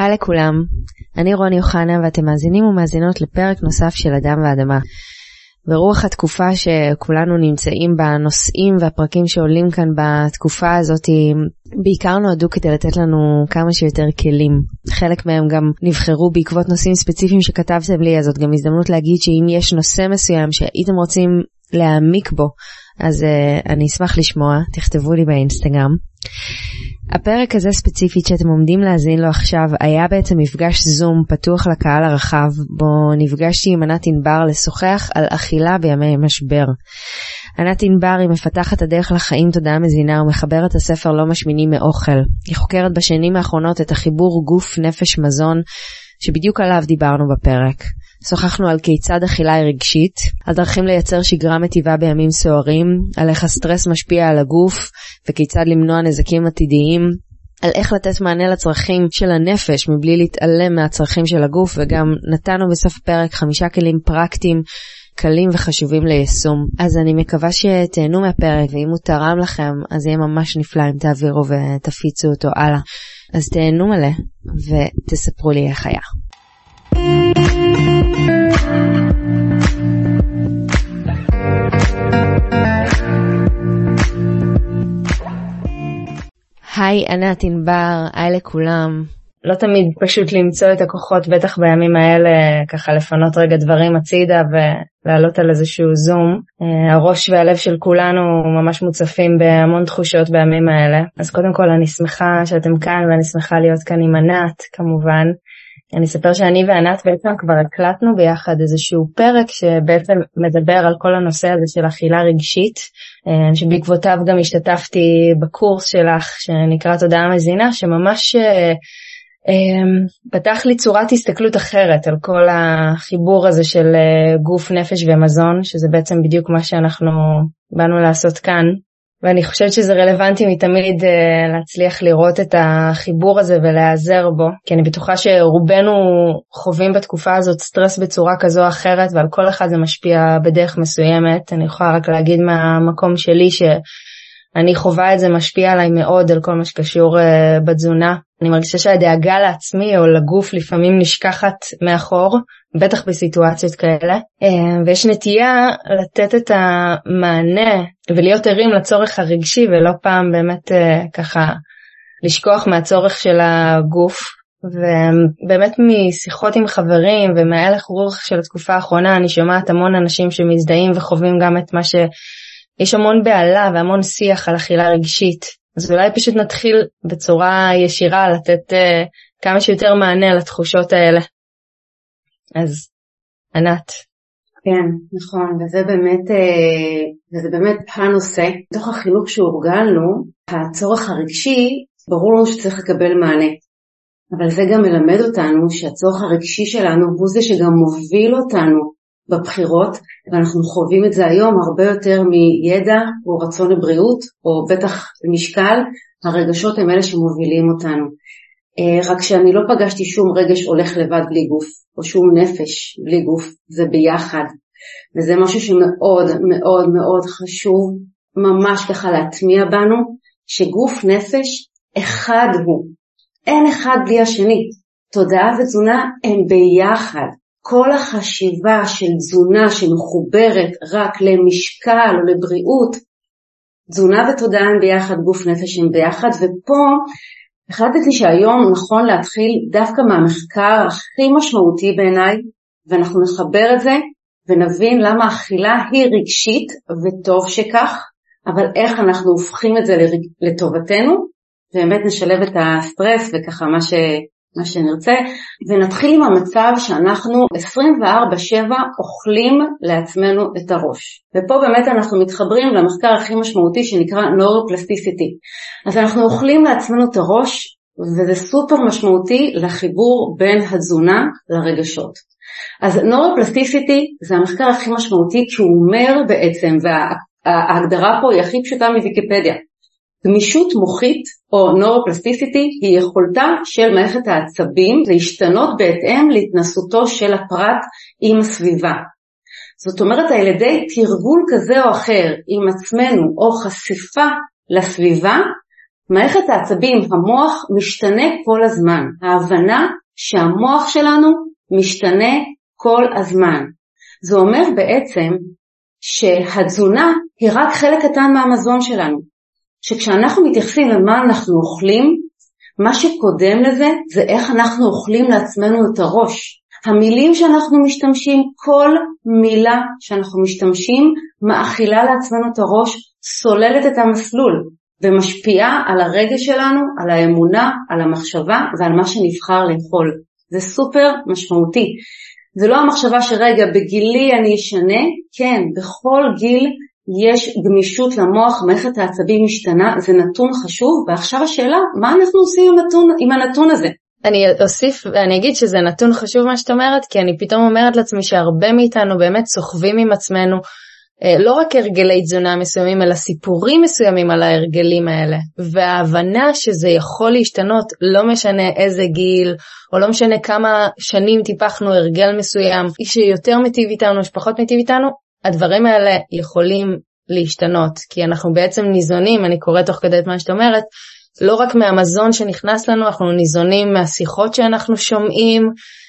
היי לכולם, אני רוני יוחנה ואתם מאזינים ומאזינות לפרק נוסף של אדם ואדמה. ברוח התקופה שכולנו נמצאים בנושאים והפרקים שעולים כאן בתקופה הזאת, בעיקר נועדו כדי לתת לנו כמה שיותר כלים. חלק מהם גם נבחרו בעקבות נושאים ספציפיים שכתבתם לי, אז זאת גם הזדמנות להגיד שאם יש נושא מסוים שהייתם רוצים להעמיק בו, אז אני אשמח לשמוע, תכתבו לי באינסטגרם. הפרק הזה ספציפית שאתם עומדים להזין לו עכשיו היה בעצם מפגש זום פתוח לקהל הרחב, בו נפגשתי עם ענת ענבר לשוחח על אכילה בימי משבר. ענת ענבר היא מפתחת הדרך לחיים תודעה מזינה ומחברת הספר לא משמינים מאוכל. היא חוקרת בשנים האחרונות את החיבור גוף נפש מזון שבדיוק עליו דיברנו בפרק. שוחחנו על כיצד אכילה היא רגשית, על דרכים לייצר שגרה מטיבה בימים סוערים, על איך הסטרס משפיע על הגוף וכיצד למנוע נזקים עתידיים, על איך לתת מענה לצרכים של הנפש מבלי להתעלם מהצרכים של הגוף, וגם נתנו בסוף הפרק 5 כלים פרקטיים קלים וחשובים ליישום. אז אני מקווה שתהנו מהפרק, ואם הוא תרם לכם אז יהיה ממש נפלא אם תעבירו ותפיצו אותו הלאה. אז תהנו מלא ותספרו לי איך היה. היי ענת ענבר, היי לכולם. לא תמיד פשוט למצוא את הכוחות, בטח בימים האלה, ככה לפנות רגע דברים הצידה ולעלות על איזשהו זום. הראש והלב של כולנו ממש מוצפים בהמון תחושות בימים האלה. אז קודם כל אני שמחה שאתם כאן, ואני שמחה להיות כאן עם ענת כמובן. אני אספר שאני וענת בעצם כבר הקלטנו ביחד איזשהו פרק שבעצם מדבר על כל הנושא הזה של אכילה רגשית, שבעקבותיו גם השתתפתי בקורס שלך שנקרא תודעה מזינה, שממש פתח לי צורת הסתכלות אחרת על כל החיבור הזה של גוף, נפש ומזון, שזה בעצם בדיוק מה שאנחנו באנו לעשות כאן. ואני חושבת שזה רלוונטי מתמיד להצליח לראות את החיבור הזה ולהיעזר בו, כי אני בטוחה שרובנו חווים בתקופה הזאת סטרס בצורה כזו או אחרת, ועל כל אחד זה משפיע בדרך מסוימת. אני יכולה רק להגיד מהמקום שלי שאני חווה את זה משפיע עליי מאוד על כל מה שקשור בתזונה. אני מרגישה שהדאגה לעצמי או לגוף לפעמים נשכחת מאחור, בטח בסיטואציות כאלה, ויש נטייה לתת את המענה ולהיות ערים לצורך הרגשי, ולא פעם באמת ככה לשכוח מהצורך של הגוף. ובאמת משיחות עם חברים ומהלך רוח של התקופה האחרונה אני שומעת המון אנשים שמזדהים וחווים גם את מה שיש המון בעלה והמון שיח על אכילה רגשית. אז אולי פשוט נתחיל בצורה ישירה לתת כמה שיותר מענה לתחושות האלה. אז ענת. כן, נכון, וזה באמת הנושא. בתוך החינוך שהורגלנו, הצורך הרגשי, ברור לנו שצריך לקבל מענה. אבל זה גם מלמד אותנו שהצורך הרגשי שלנו הוא זה שגם מוביל אותנו בבחירות, ואנחנו חווים את זה היום הרבה יותר מידע או רצון לבריאות, או בטח משקל. הרגשות הם אלה שמובילים אותנו. רק שאני לא פגשתי שום רגש הולך לבד בלי גוף, או שום נפש בלי גוף, זה ביחד. וזה משהו שמאוד מאוד מאוד חשוב, ממש ככה להטמיע בנו, שגוף נפש אחד הוא. אין אחד בלי השני. תודעה ותזונה הם ביחד. כל החשיבה של תזונה שמחוברת רק למשקל או לבריאות, תזונה ותודעה הם ביחד, גוף נפש הם ביחד, ופה החלטתי שהיום נכון להתחיל דווקא מהמחקר הכי משמעותי בעיניי, ואנחנו נחבר את זה ונבין למה אכילה היא רגשית וטוב שכך, אבל איך אנחנו הופכים את זה לטובתנו, ובאמת נשלב את הסטרס וככה מה שנרצה, ונתחיל עם המצב שאנחנו 24/7 אוכלים לעצמנו את הראש. ופה באמת אנחנו מתחברים למחקר הכי משמעותי שנקרא נוירופלסטיסיטי. אז אנחנו אוכלים לעצמנו את הראש, וזה סופר משמעותי לחיבור בין התזונה לרגשות. אז נוירופלסטיסיטי זה המחקר הכי משמעותי, כי הוא אומר בעצם, וההגדרה פה היא הכי פשוטה מוויקיפדיה, גמישות מוחית או נוירופלסטיסיטי היא יכולתה של מערכת העצבים להשתנות בהתאם להתנסותו של הפרט עם הסביבה. זאת אומרת, על ידי תרגול כזה או אחר עם עצמנו או חשיפה לסביבה, מערכת העצבים, המוח משתנה כל הזמן. ההבנה שהמוח שלנו משתנה כל הזמן. זה אומר בעצם שהתזונה היא רק חלק קטן מהמזון שלנו. שכשאנחנו מתייחסים למה אנחנו אוכלים, מה שקודם לזה זה איך אנחנו אוכלים לעצמנו את הראש. המילים שאנחנו משתמשים, כל מילה שאנחנו משתמשים, מאכילה לעצמנו את הראש, סוללת את המסלול, ומשפיעה על הרגש שלנו, על האמונה, על המחשבה ועל מה שנבחר לאכול. זה סופר משמעותי. זה לא המחשבה שרגע בגילי אני אשנה, כן, בכל גיל יש גמישות למוח, מערכת העצבים משתנה, זה נתון חשוב, ועכשיו השאלה, מה אנחנו עושים עם הנתון הזה? אני אוסיף ואני אגיד שזה נתון חשוב מה שאת אומרת, כי אני פתאום אומרת לעצמי שהרבה מאיתנו באמת סוחבים עם עצמנו, לא רק הרגלי תזונה מסוימים, אלא סיפורים מסוימים על ההרגלים האלה, וההבנה שזה יכול להשתנות, לא משנה איזה גיל, או לא משנה כמה שנים טיפחנו הרגל מסוים, שיותר מטיב איתנו, שפחות מטיב איתנו, הדברים האלה יכולים להשתנות, כי אנחנו בעצם ניזונים, אני קוראת תוך כדי את מה שאת אומרת, לא רק מהמזון שנכנס לנו, אנחנו ניזונים מהשיחות שאנחנו שומעים,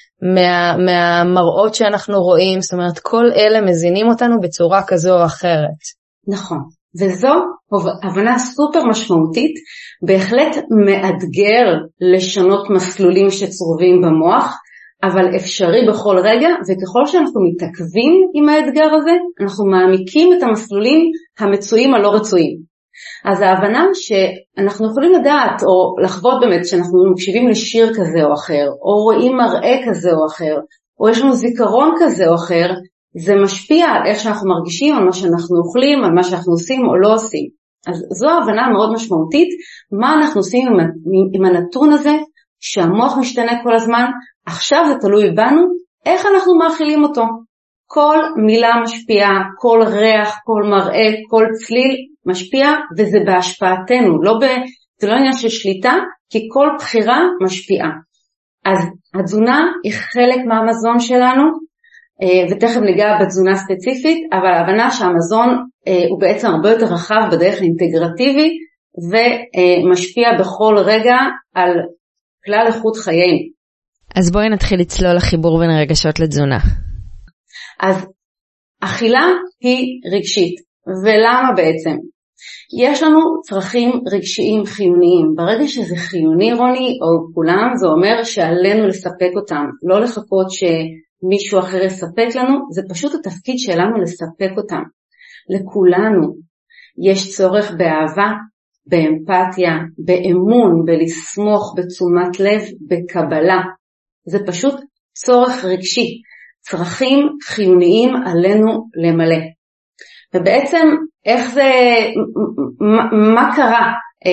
מהמראות שאנחנו רואים, זאת אומרת כל אלה מזינים אותנו בצורה כזו או אחרת. נכון, וזו הבנה סופר משמעותית, בהחלט מאתגר לשנות מסלולים שצרובים במוח, אבל אפשרי בכל רגע, וככל שאנחנו מתעכבים עם האתגר הזה, אנחנו מעמיקים את המסלולים המצויים הלא רצויים. אז ההבנה שאנחנו יכולים לדעת או לחוות באמת שאנחנו מקשיבים לשיר כזה או אחר, או רואים מראה כזה או אחר, או יש לנו זיכרון כזה או אחר, זה משפיע על איך שאנחנו מרגישים, על מה שאנחנו אוכלים, על מה שאנחנו עושים או לא עושים. אז זו הבנה מאוד משמעותית, מה אנחנו עושים עם הנתון הזה, שהמוח משתנה כל הזמן, עכשיו זה תלוי בנו, איך אנחנו מאכילים אותו. כל מילה משפיעה, כל ריח, כל מראה, כל צליל משפיע, וזה בהשפעתנו, זה לא עניין של שליטה, כי כל בחירה משפיעה. אז התזונה היא חלק מהמזון שלנו, ותכף ניגע בתזונה ספציפית, אבל ההבנה שהמזון הוא בעצם הרבה יותר רחב בדרך האינטגרטיבי, ומשפיע בכל רגע על כלל איכות חיינו. אז בואי נתחיל לצלול לחיבור בין רגשות לתזונה. אז אכילה היא רגשית, ולמה בעצם? יש לנו צרכים רגשיים חיוניים, ברגע שזה חיוני רוני או כולם זה אומר שעלינו לספק אותם, לא לחכות שמישהו אחר יספק לנו, זה פשוט התפקיד שלנו לספק אותם. לכולנו יש צורך באהבה, באמפתיה, באמון, בלסמוך, בתשומת לב, בקבלה, זה פשוט צורך רגשי. צרכים חיוניים עלינו למלא. ובעצם איך זה, מה קרה,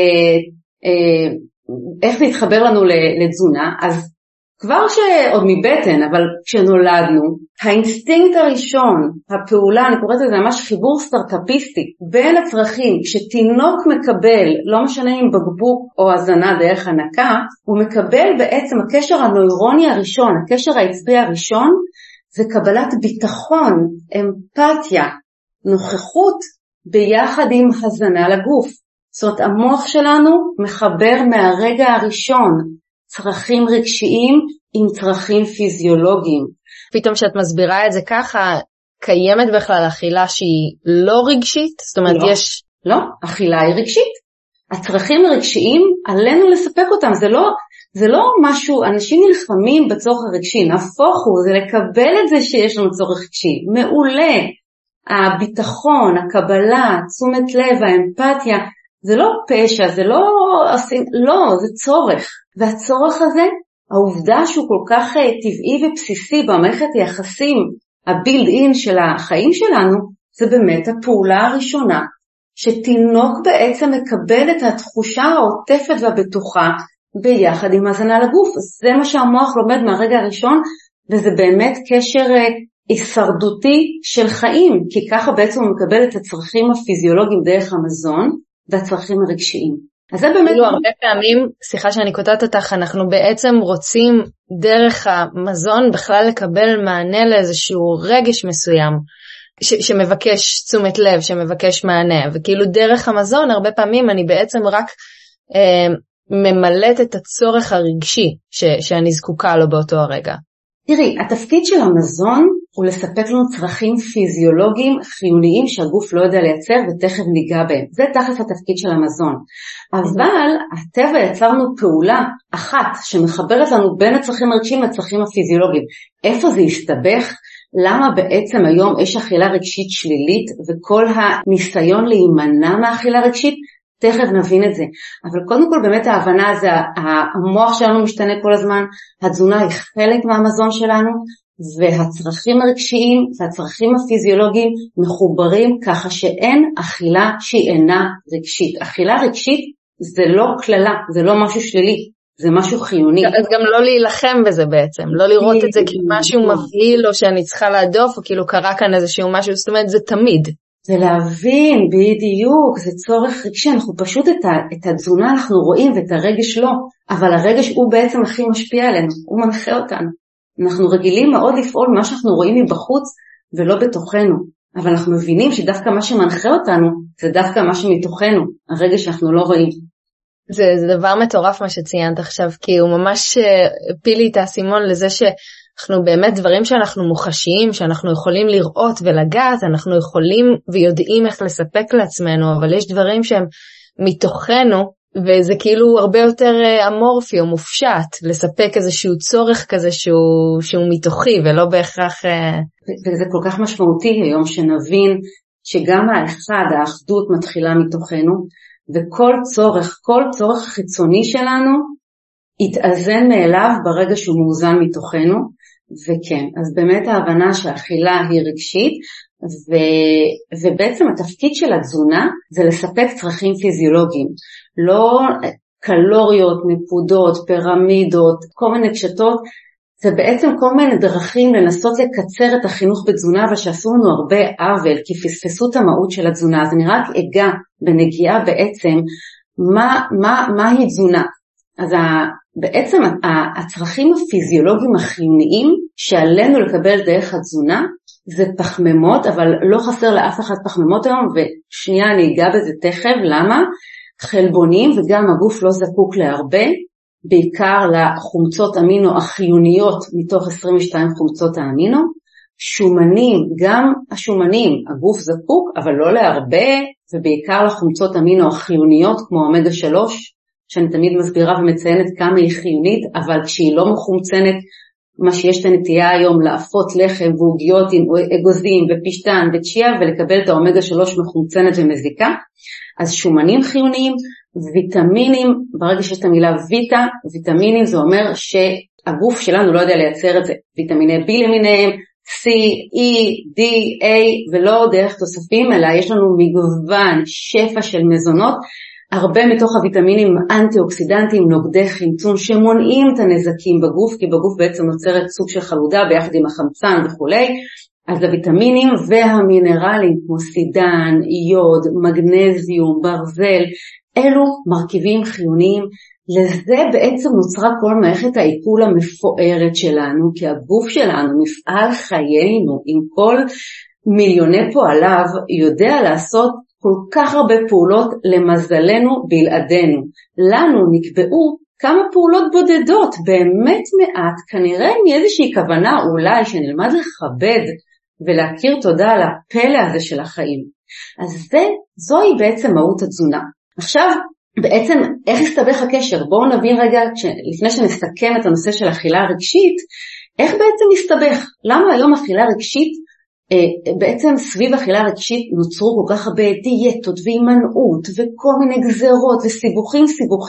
איך זה התחבר לנו לתזונה? אז כבר שעוד מבטן, אבל כשנולדנו, האינסטינקט הראשון, הפעולה, אני קוראת לזה ממש חיבור סטארט-אפיסטי, בין הצרכים, כשתינוק מקבל, לא משנה אם בקבוק או הזנה דרך הנקה, הוא מקבל בעצם הקשר הנוירוני הראשון, הקשר העצבי הראשון, זה קבלת ביטחון, אמפתיה, נוכחות ביחד עם הזנה לגוף. זאת אומרת, המוח שלנו מחבר מהרגע הראשון צרכים רגשיים עם צרכים פיזיולוגיים. פתאום שאת מסבירה את זה ככה, קיימת בכלל אכילה שהיא לא רגשית? זאת אומרת, לא, יש... לא, אכילה היא רגשית. הצרכים הרגשיים עלינו לספק אותם, זה לא משהו, אנשים נלחמים בצורך הרגשי, נהפוך הוא, זה לקבל את זה שיש לנו צורך רגשי, מעולה, הביטחון, הקבלה, תשומת לב, האמפתיה, זה לא פשע, זה לא, זה צורך, והצורך הזה, העובדה שהוא כל כך טבעי ובסיסי במערכת היחסים, הבילד אין של החיים שלנו, זה באמת הפעולה הראשונה, שתינוק בעצם מקבל את התחושה העוטפת והבטוחה, ביחד עם הזנה לגוף. זה מה שהמוח לומד מהרגע הראשון, וזה באמת קשר הישרדותי של חיים, כי ככה בעצם הוא מקבל את הצרכים הפיזיולוגיים דרך המזון, והצרכים הרגשיים. אז זה באמת... הרבה פעמים, סליחה שאני קוטעת אותך, אנחנו בעצם רוצים דרך המזון בכלל לקבל מענה לאיזשהו רגש מסוים, שמבקש תשומת לב, שמבקש מענה, וכאילו דרך המזון הרבה פעמים אני בעצם רק ממלאת את הצורך הרגשי שאני זקוקה לו באותו הרגע? תראי, התפקיד של המזון הוא לספק לנו צרכים פיזיולוגיים חיוניים שהגוף לא יודע לייצר ותכף ניגע בהם. זה תכף התפקיד של המזון. אבל הטבע יצרנו פעולה אחת שמחברת לנו בין הצרכים הרגשיים לצרכים הפיזיולוגיים. איפה זה יסתבך? למה בעצם היום יש אכילה רגשית שלילית וכל הניסיון להימנע מהאכילה רגשית? תכף נבין את זה. אבל קודם כל באמת ההבנה זה, המוח שלנו משתנה כל הזמן, התזונה היא חלק מהמזון שלנו, והצרכים הרגשיים והצרכים הפיזיולוגיים מחוברים ככה שאין אכילה שהיא אינה רגשית. אכילה רגשית זה לא כללה, זה לא משהו שלילי, זה משהו חיוני. אז גם לא להילחם בזה בעצם, לא לראות את זה כמשהו מבהיל או שאני צריכה להדוף, או כאילו קרה כאן איזשהו משהו, זאת אומרת זה תמיד. זה להבין בדיוק, זה צורך רגשי, אנחנו פשוט את התזונה אנחנו רואים ואת הרגש לא, אבל הרגש הוא בעצם הכי משפיע עלינו, הוא מנחה אותנו. אנחנו רגילים מאוד לפעול מה שאנחנו רואים מבחוץ ולא בתוכנו, אבל אנחנו מבינים שדווקא מה שמנחה אותנו זה דווקא מה שמתוכנו, הרגש שאנחנו לא רואים. זה דבר מטורף מה שציינת עכשיו, כי הוא ממש פיל לי את האסימון לזה שאנחנו באמת דברים שאנחנו מוחשיים, שאנחנו יכולים לראות ולגעת, אנחנו יכולים ויודעים איך לספק לעצמנו, אבל יש דברים שהם מתוכנו, וזה כאילו הרבה יותר אמורפי או מופשט, לספק איזשהו צורך כזה שהוא מתוכי ולא בהכרח... וזה כל כך משמעותי היום שנבין שגם האחדות מתחילה מתוכנו, וכל צורך חיצוני שלנו יתאזן מאליו ברגע שהוא מאוזן מתוכנו, וכן, אז באמת ההבנה שהאכילה היא רגשית, ובעצם התפקיד של התזונה זה לספק צרכים פיזיולוגיים, לא קלוריות, נקודות, פירמידות, כל מיני קשתות, זה בעצם כל מיני דרכים לנסות לקצר את החינוך בתזונה, אבל שעשו לנו הרבה עוול, כי פספסו את המהות של התזונה. אז אני רק אגע בנגיעה בעצם, מה היא תזונה? אז בעצם הצרכים הפיזיולוגיים החיוניים שעלינו לקבל דרך התזונה, זה פחמימות, אבל לא חסר לאף אחד פחמימות היום, ושנייה אני אגע בזה תכף, למה? חלבונים, וגם הגוף לא זקוק להרבה, בעיקר לחומצות אמינו החיוניות מתוך 22 חומצות האמינו, שומנים, גם השומנים, הגוף זקוק, אבל לא להרבה, ובעיקר לחומצות אמינו החיוניות, כמו אומגה 3, שאני תמיד מסבירה ומציינת כמה היא חיונית, אבל כשהיא לא מחומצנת, מה שיש את הנטייה היום לאפות לחם ועוגיות עם אגוזים ופשטן וצ'יה, ולקבל את האומגה 3 מחומצנת ומזיקה, אז שומנים חיוניים, ויטמינים, ברגע שיש את המילה ויטמינים זה אומר שהגוף שלנו לא יודע לייצר את זה, ויטמיני B למיניהם, C, E, D, A, ולא דרך תוספים, אלא יש לנו מגוון שפע של מזונות, הרבה מתוך הוויטמינים אנטי-אוקסידנטיים, נוגדי חמצון, שמונעים את הנזקים בגוף, כי בגוף בעצם נוצרת סוג של חלודה ביחד עם החמצן וכו'. אז הוויטמינים והמינרלים כמו סידן, יוד, מגנזיום, ברזל, אלו מרכיבים חיוניים. לזה בעצם נוצרה כל מערכת העיכול המפוארת שלנו, כי הגוף שלנו, מפעל חיינו, עם כל מיליוני פועליו, יודע לעשות כל כך הרבה פעולות למזלנו בלעדינו. לנו נקבעו כמה פעולות בודדות, באמת מעט, כנראה עם איזושהי כוונה אולי שנלמד לכבד ולהכיר תודה על הפלא הזה של החיים. אז זוהי בעצם מהות התזונה. עכשיו, בעצם איך הסתבך הקשר? בואו נבין רגע, לפני שנסכם את הנושא של אכילה רגשית, איך בעצם הסתבך? למה היום אכילה רגשית, בעצם סביב אכילה רגשית נוצרו כל כך הרבה דיאטות והימנעות וכל מיני גזרות וסיבוכים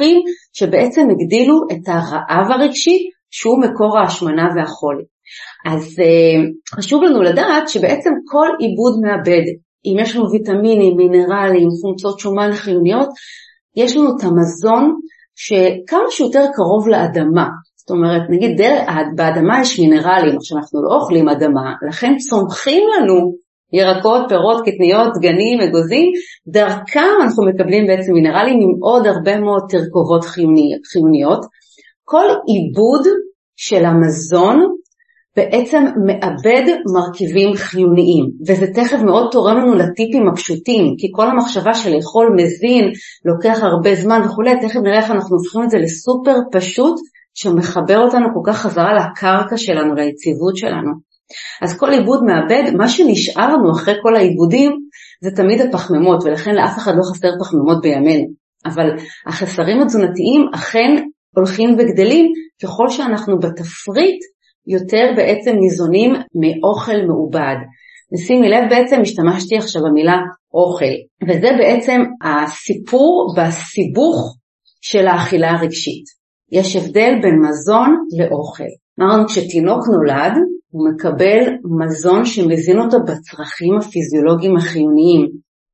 שבעצם הגדילו את הרעב הרגשי שהוא מקור ההשמנה והחולי. אז חשוב לנו לדעת שבעצם כל עיבוד מאבד, אם יש לנו ויטמינים, מינרלים, חומצות שומן חיוניות, יש לנו את המזון שכמה שיותר קרוב לאדמה. זאת אומרת, נגיד באדמה יש מינרלים, עכשיו אנחנו לא אוכלים אדמה, לכן צומחים לנו ירקות, פירות, קטניות, דגנים, אגוזים, דרכם אנחנו מקבלים בעצם מינרלים עם עוד הרבה מאוד תרכובות חיוניות. כל עיבוד של המזון בעצם מאבד מרכיבים חיוניים, וזה תכף מאוד תורם לנו לטיפים הפשוטים, כי כל המחשבה של לאכול מזין לוקח הרבה זמן וכו', תכף נראה איך אנחנו הופכים את זה לסופר פשוט, שמחבר אותנו כל כך חזרה לקרקע שלנו, ליציבות שלנו. אז כל עיבוד מאבד, מה שנשאר לנו אחרי כל העיבודים, זה תמיד הפחמימות, ולכן לאף אחד לא חסר פחמימות בימינו, אבל החסרים התזונתיים אכן הולכים וגדלים, ככל שאנחנו בתפריט, יותר בעצם ניזונים מאוכל מעובד. ושימי לב, בעצם השתמשתי עכשיו במילה אוכל, וזה בעצם הסיפור והסיבוך של האכילה הרגשית. יש הבדל בין מזון לאוכל. אמרנו, כשתינוק נולד, הוא מקבל מזון שמזין אותו בצרכים הפיזיולוגיים החיוניים,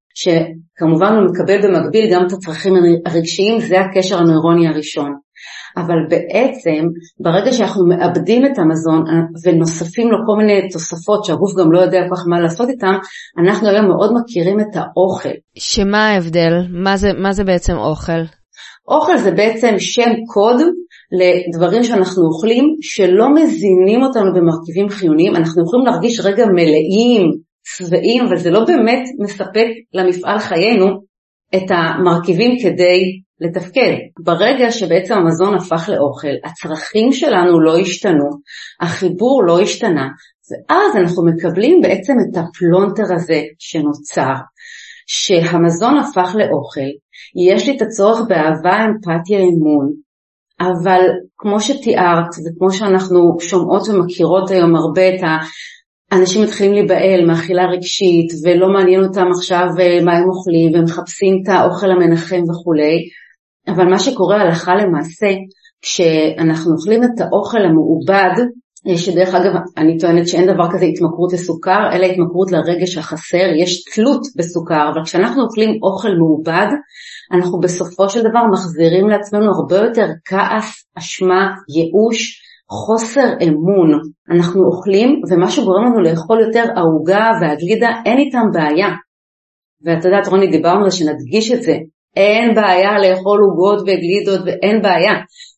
שכמובן הוא מקבל במקביל גם את הצרכים הרגשיים, זה הקשר הנוירוני הראשון. אבל בעצם ברגע שאנחנו מאבדים את המזון ונוספים לו כל מיני תוספות שהגוף גם לא יודע כל כך מה לעשות איתם, אנחנו היום מאוד מכירים את האוכל. שמה ההבדל? מה זה בעצם אוכל? אוכל זה בעצם שם קוד לדברים שאנחנו אוכלים שלא מזינים אותנו במרכיבים חיוניים. אנחנו יכולים להרגיש רגע מלאים, צבעים, אבל זה לא באמת מספק למפעל חיינו את המרכיבים כדי לתפקד. ברגע שבעצם המזון הפך לאוכל, הצרכים שלנו לא השתנו, החיבור לא השתנה, ואז אנחנו מקבלים בעצם את הפלונטר הזה שנוצר, שהמזון הפך לאוכל, יש לי את הצורך באהבה, אמפתיה, אמון, אבל כמו שתיארת וכמו שאנחנו שומעות ומכירות היום הרבה את אנשים מתחילים להיבהל מאכילה רגשית ולא מעניין אותם עכשיו מה הם אוכלים והם מחפשים את האוכל המנחם וכו'. אבל מה שקורה הלכה למעשה, כשאנחנו אוכלים את האוכל המעובד, שדרך אגב אני טוענת שאין דבר כזה התמכרות לסוכר, אלא התמכרות לרגש החסר, יש תלות בסוכר, אבל כשאנחנו אוכלים אוכל מעובד, אנחנו בסופו של דבר מחזירים לעצמנו הרבה יותר כעס, אשמה, ייאוש, חוסר אמון. אנחנו אוכלים, ומה שגורם לנו לאכול יותר העוגה והגלידה, אין איתם בעיה. ואת יודעת רוני, דיברנו על שנדגיש את זה, אין בעיה לאכול עוגות וגלידות ואין בעיה.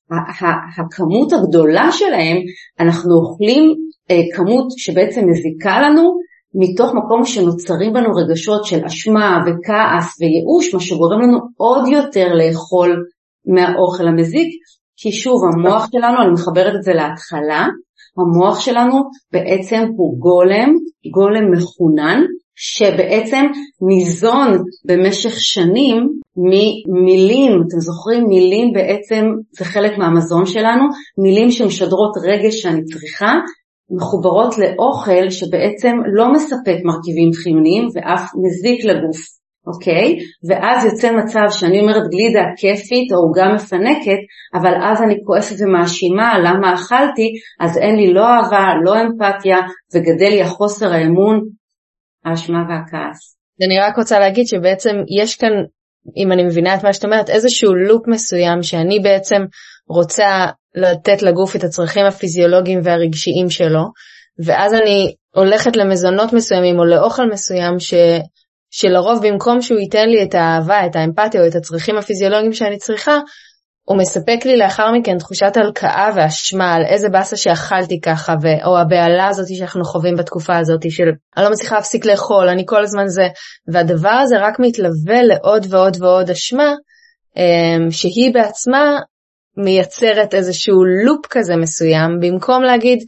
הכמות הגדולה שלהם, אנחנו אוכלים כמות שבעצם מזיקה לנו, מתוך מקום שנוצרים בנו רגשות של אשמה וכעס וייאוש, מה שגורם לנו עוד יותר לאכול מהאוכל המזיק, כי שוב המוח שלנו, אני מחברת את זה להתחלה, המוח שלנו בעצם הוא גולם מחונן, שבעצם ניזון במשך שנים ממילים, אתם זוכרים, מילים בעצם זה חלק מהמזון שלנו, מילים שמשדרות רגש שאני צריכה, מחוברות לאוכל שבעצם לא מספק מרכיבים חיוניים ואף מזיק לגוף, אוקיי? ואז יוצא מצב שאני אומרת גלידה כיפית או עוגה מפנקת, אבל אז אני כועסת ומאשימה למה אכלתי, אז אין לי לא אהבה, לא אמפתיה, וגדל לי החוסר האמון, האשמה והכעס. אני רק רוצה להגיד שבעצם יש כאן, אם אני מבינה את מה שאת אומרת, איזשהו לופ מסוים שאני בעצם רוצה לתת לגוף את הצרכים הפיזיולוגיים והרגשיים שלו, ואז אני הולכת למזונות מסוימים או לאוכל מסוים שלרוב במקום שהוא ייתן לי את האהבה, את האמפתיה או את הצרכים הפיזיולוגיים שאני צריכה, הוא מספק לי לאחר מכן תחושת הלקאה והשמה על איזה בסה שאכלתי ככה, או הבעלה הזאת שאנחנו חווים בתקופה הזאת של אני לא מצליחה להפסיק לאכול, אני כל הזמן זה, והדבר הזה רק מתלווה לעוד ועוד ועוד אשמה, שהיא בעצמה מייצרת איזשהו לופ כזה מסוים, במקום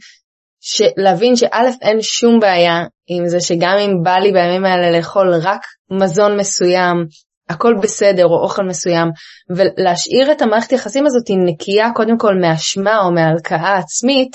להבין שא' אין שום בעיה עם זה שגם אם בא לי בימים האלה לאכול רק מזון מסוים, הכל בסדר או אוכל מסוים, ולהשאיר את המערכת יחסים הזאת נקייה קודם כל מהשמה או מהלקאה עצמית,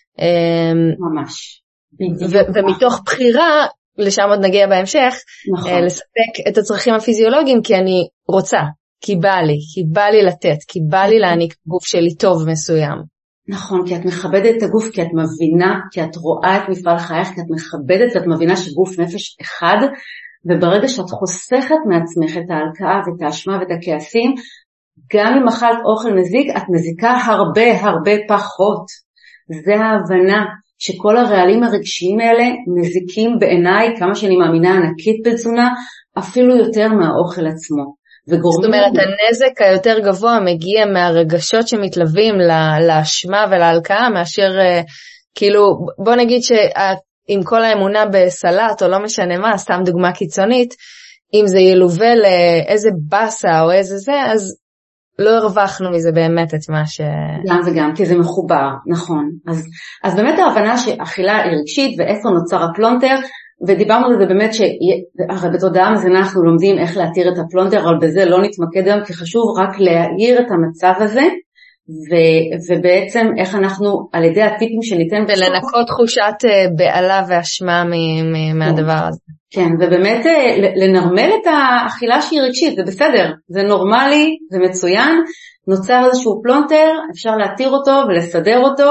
ממש. ומתוך בחירה, לשם עוד נגיע בהמשך, נכון. לספק את הצרכים הפיזיולוגיים כי אני רוצה, כי בא לי לתת, כי בא לי להעניק גוף שלי טוב מסוים. נכון, כי את מכבדת את הגוף, כי את מבינה, כי את רואה את מפעל חייך, כי את מכבדת, את מבינה שגוף נפש אחד, וברגע שאת חוסכת מעצמך את ההלקאה ואת האשמה ואת הכעסים, גם אם אכלת אוכל מזיק, את מזיקה הרבה פחות. זה ההבנה שכל הרעלים הרגשיים האלה מזיקים בעיניי, כמה שאני מאמינה ענקית בתזונה, אפילו יותר מהאוכל עצמו. זאת אומרת, הנזק היותר גבוה מגיע מהרגשות שמתלווים לאשמה ולהלקאה, מאשר כאילו, בוא נגיד שעם כל האמונה בסלט, או לא משנה מה, סתם דוגמה קיצונית, אם זה ילווה לאיזה בסה או איזה זה, אז לא הרווחנו מזה באמת את מה גם וגם, כי זה מחובר, נכון. אז באמת ההבנה שאכילה היא רגשית, ואיפה נוצר הפלונטר, ודיברנו על זה באמת הרי בתודעה מזינה אנחנו לומדים איך להתיר את הפלונטר, אבל בזה לא נתמקד גם, כי חשוב רק להעיר את המצב הזה, ובעצם איך אנחנו על ידי הטיפים שניתן ולנקות תחושת בעלה ואשמה מהדבר הזה. כן, ובאמת לנרמל את האכילה שהיא רגשית, זה בסדר, זה נורמלי, זה מצוין, נוצר איזשהו פלונטר, אפשר להתיר אותו ולסדר אותו,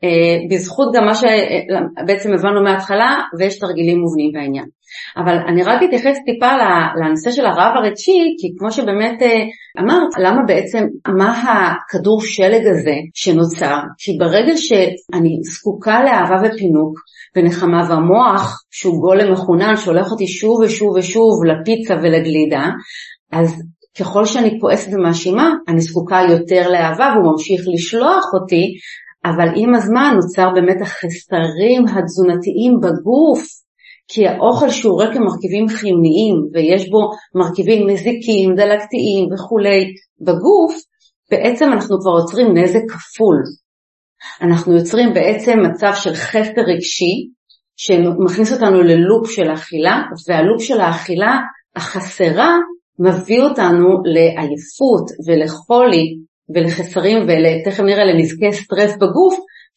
בזכות גם מה שבעצם הבנו מההתחלה, ויש תרגילים מובנים בעניין. אבל אני רק אתייחס טיפה לנושא של הרעב הרגשי, כי כמו שבאמת אמרת, למה בעצם, מה הכדור שלג הזה שנוצר? כי ברגע שאני זקוקה לאהבה ופינוק, ונחמה והמוח, שהוא גולם מחונן, שהולך אותי שוב ושוב ושוב לפיצה ולגלידה, אז ככל שאני כועסת ומאשימה, אני זקוקה יותר לאהבה, והוא ממשיך לשלוח אותי, אבל עם הזמן נוצר באמת החסרים התזונתיים בגוף, כי האוכל שהוא רק מרכיבים חיוניים, ויש בו מרכיבים מזיקים, דלקתיים וכולי בגוף, בעצם אנחנו כבר יוצרים נזק כפול. אנחנו יוצרים בעצם מצב של חסר רגשי, שמכניס אותנו ללופ של האכילה, והלופ של האכילה החסרה מביא אותנו לעייפות ולחולי ולחסרים ולתכף נראה לנזקי סטרס בגוף,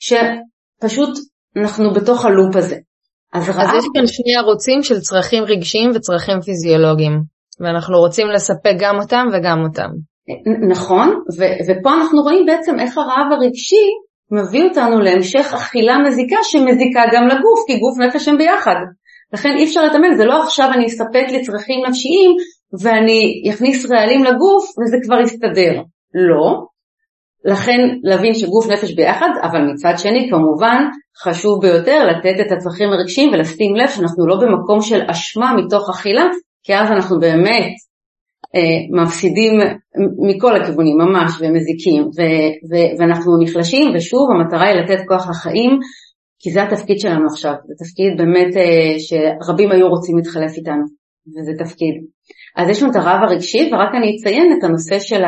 שפשוט אנחנו בתוך הלופ הזה. אז יש כאן שני ערוצים של צרכים רגשיים וצרכים פיזיולוגיים, ואנחנו רוצים לספק גם אותם וגם אותם. נכון, ופה אנחנו רואים בעצם איך הרעב הרגשי מביא אותנו להמשך אכילה מזיקה שמזיקה גם לגוף, כי גוף נפש הם ביחד. לכן אי אפשר לתאמן, זה לא עכשיו אני אספק לי צרכים נפשיים ואני אכניס רעלים לגוף וזה כבר יסתדר. לא. לכן להבין שגוף נפש ביחד, אבל מצד שני כמובן חשוב ביותר לתת את הצרכים הרגשיים ולשים לב שאנחנו לא במקום של אשמה מתוך אכילה, כי אז אנחנו באמת מפסידים מכל הכיוונים ממש ומזיקים ואנחנו נחלשים, ושוב המטרה היא לתת כוח לחיים, כי זה התפקיד שלנו עכשיו, זה תפקיד באמת שרבים היו רוצים להתחלף איתנו, וזה תפקיד. אז יש לנו את הרעב הרגשי, ורק אני אציין את הנושא של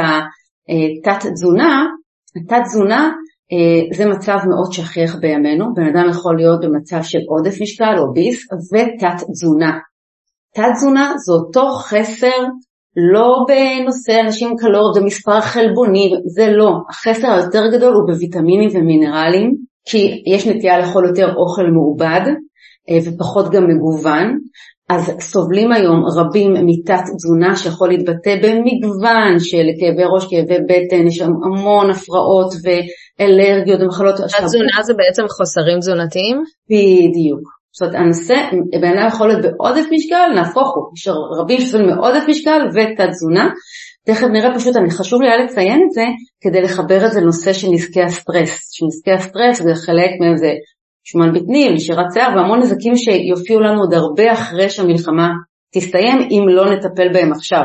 התת תזונה. התת תזונה זה מצב מאוד שכיח בימינו, בן אדם יכול להיות במצב של עודף משקל או ביס, ותת תזונה. תת תזונה זה אותו חסר, לא בנושא אנשים קלוריות ומספר חלבוני, זה לא. החסר היותר גדול הוא בוויטמינים ומינרלים, כי יש נטייה לאכול יותר אוכל מעובד ופחות גם מגוון, אז סובלים היום רבים מתת תזונה שיכול להתבטא במגוון של כאבי ראש, כאבי בטן, יש המון הפרעות ואלרגיות ומחלות. תת תזונה זה בעצם חוסרים תזונתיים? בדיוק. זאת אומרת, הנושא, בעיניי יכול להיות בעודף משקל, נהפוך הוא, יש רבים שסובלים מעודף משקל ותת תזונה, תכף נראה פשוט, חשוב לי לציין את זה, כדי לחבר את זה לנושא של נזקי הסטרס, שנזקי הסטרס זה חלק מהם זה שומן בטני, נשירת שיער, והמון נזקים שיופיעו לנו עוד הרבה אחרי שהמלחמה תסתיים, אם לא נטפל בהם עכשיו.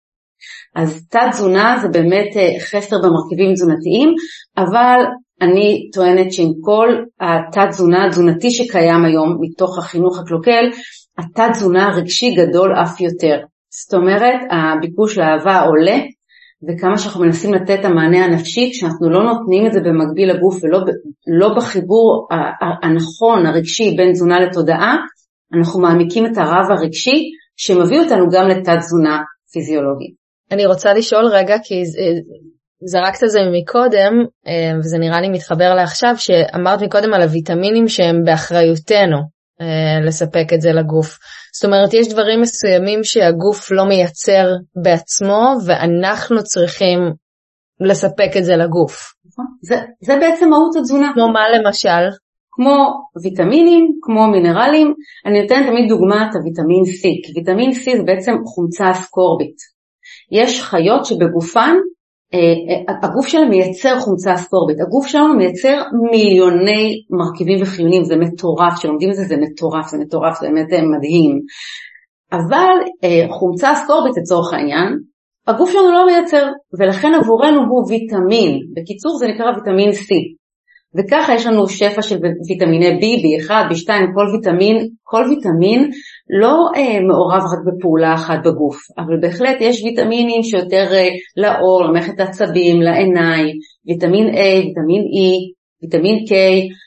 אז תת תזונה זה באמת חסר במרכיבים תזונתיים, אבל אני טוענת שעם כל התת תזונה התזונתי שקיים היום מתוך החינוך הקלוקל, התת תזונה הרגשי גדול אף יותר. זאת אומרת, הביקוש לאהבה עולה, וכמה שאנחנו מנסים לתת את המענה הנפשי, כשאנחנו לא נותנים את זה במקביל לגוף, ולא בחיבור הנכון, הרגשי, בין תזונה לתודעה, אנחנו מעמיקים את הרעב הרגשי, שמביא אותנו גם לתת תזונה פיזיולוגית. אני רוצה לשאול רגע, כי זרקת את זה מקודם, וזה נראה לי מתחבר לעכשיו, שאמרת מקודם על הוויטמינים שהם באחריותנו לספק את זה לגוף. זאת אומרת, יש דברים מסוימים שהגוף לא מייצר בעצמו, ואנחנו צריכים לספק את זה לגוף. זה בעצם מהות התזונה. כמו מה למשל? כמו ויטמינים, כמו מינרלים. אני נותנת תמיד דוגמת הוויטמין C. ויטמין C זה בעצם חומצה אסקורבית. יש חיות שבגופן, הגוף שלנו מייצר חומצה אסקורבית. הגוף שלנו מייצר מיליוני מרכיבים וחיונים. זה מטורף, שלומדים את זה, זה מטורף, זה מטורף, זה באמת מדהים. אבל חומצה אסקורבית לצורך העניין, הגוף שלנו לא מייצר, ולכן עבורנו הוא ויטמין. בקיצור זה נקרא ויטמין C. וככה יש לנו שפע של ויטמיני B, B1, B2, כל ויטמין לא מעורב רק בפעולה אחת בגוף, אבל בהחלט יש ויטמינים שיותר לאור, למערכת העצבים, לעיניים, ויטמין A, ויטמין E, ויטמין K,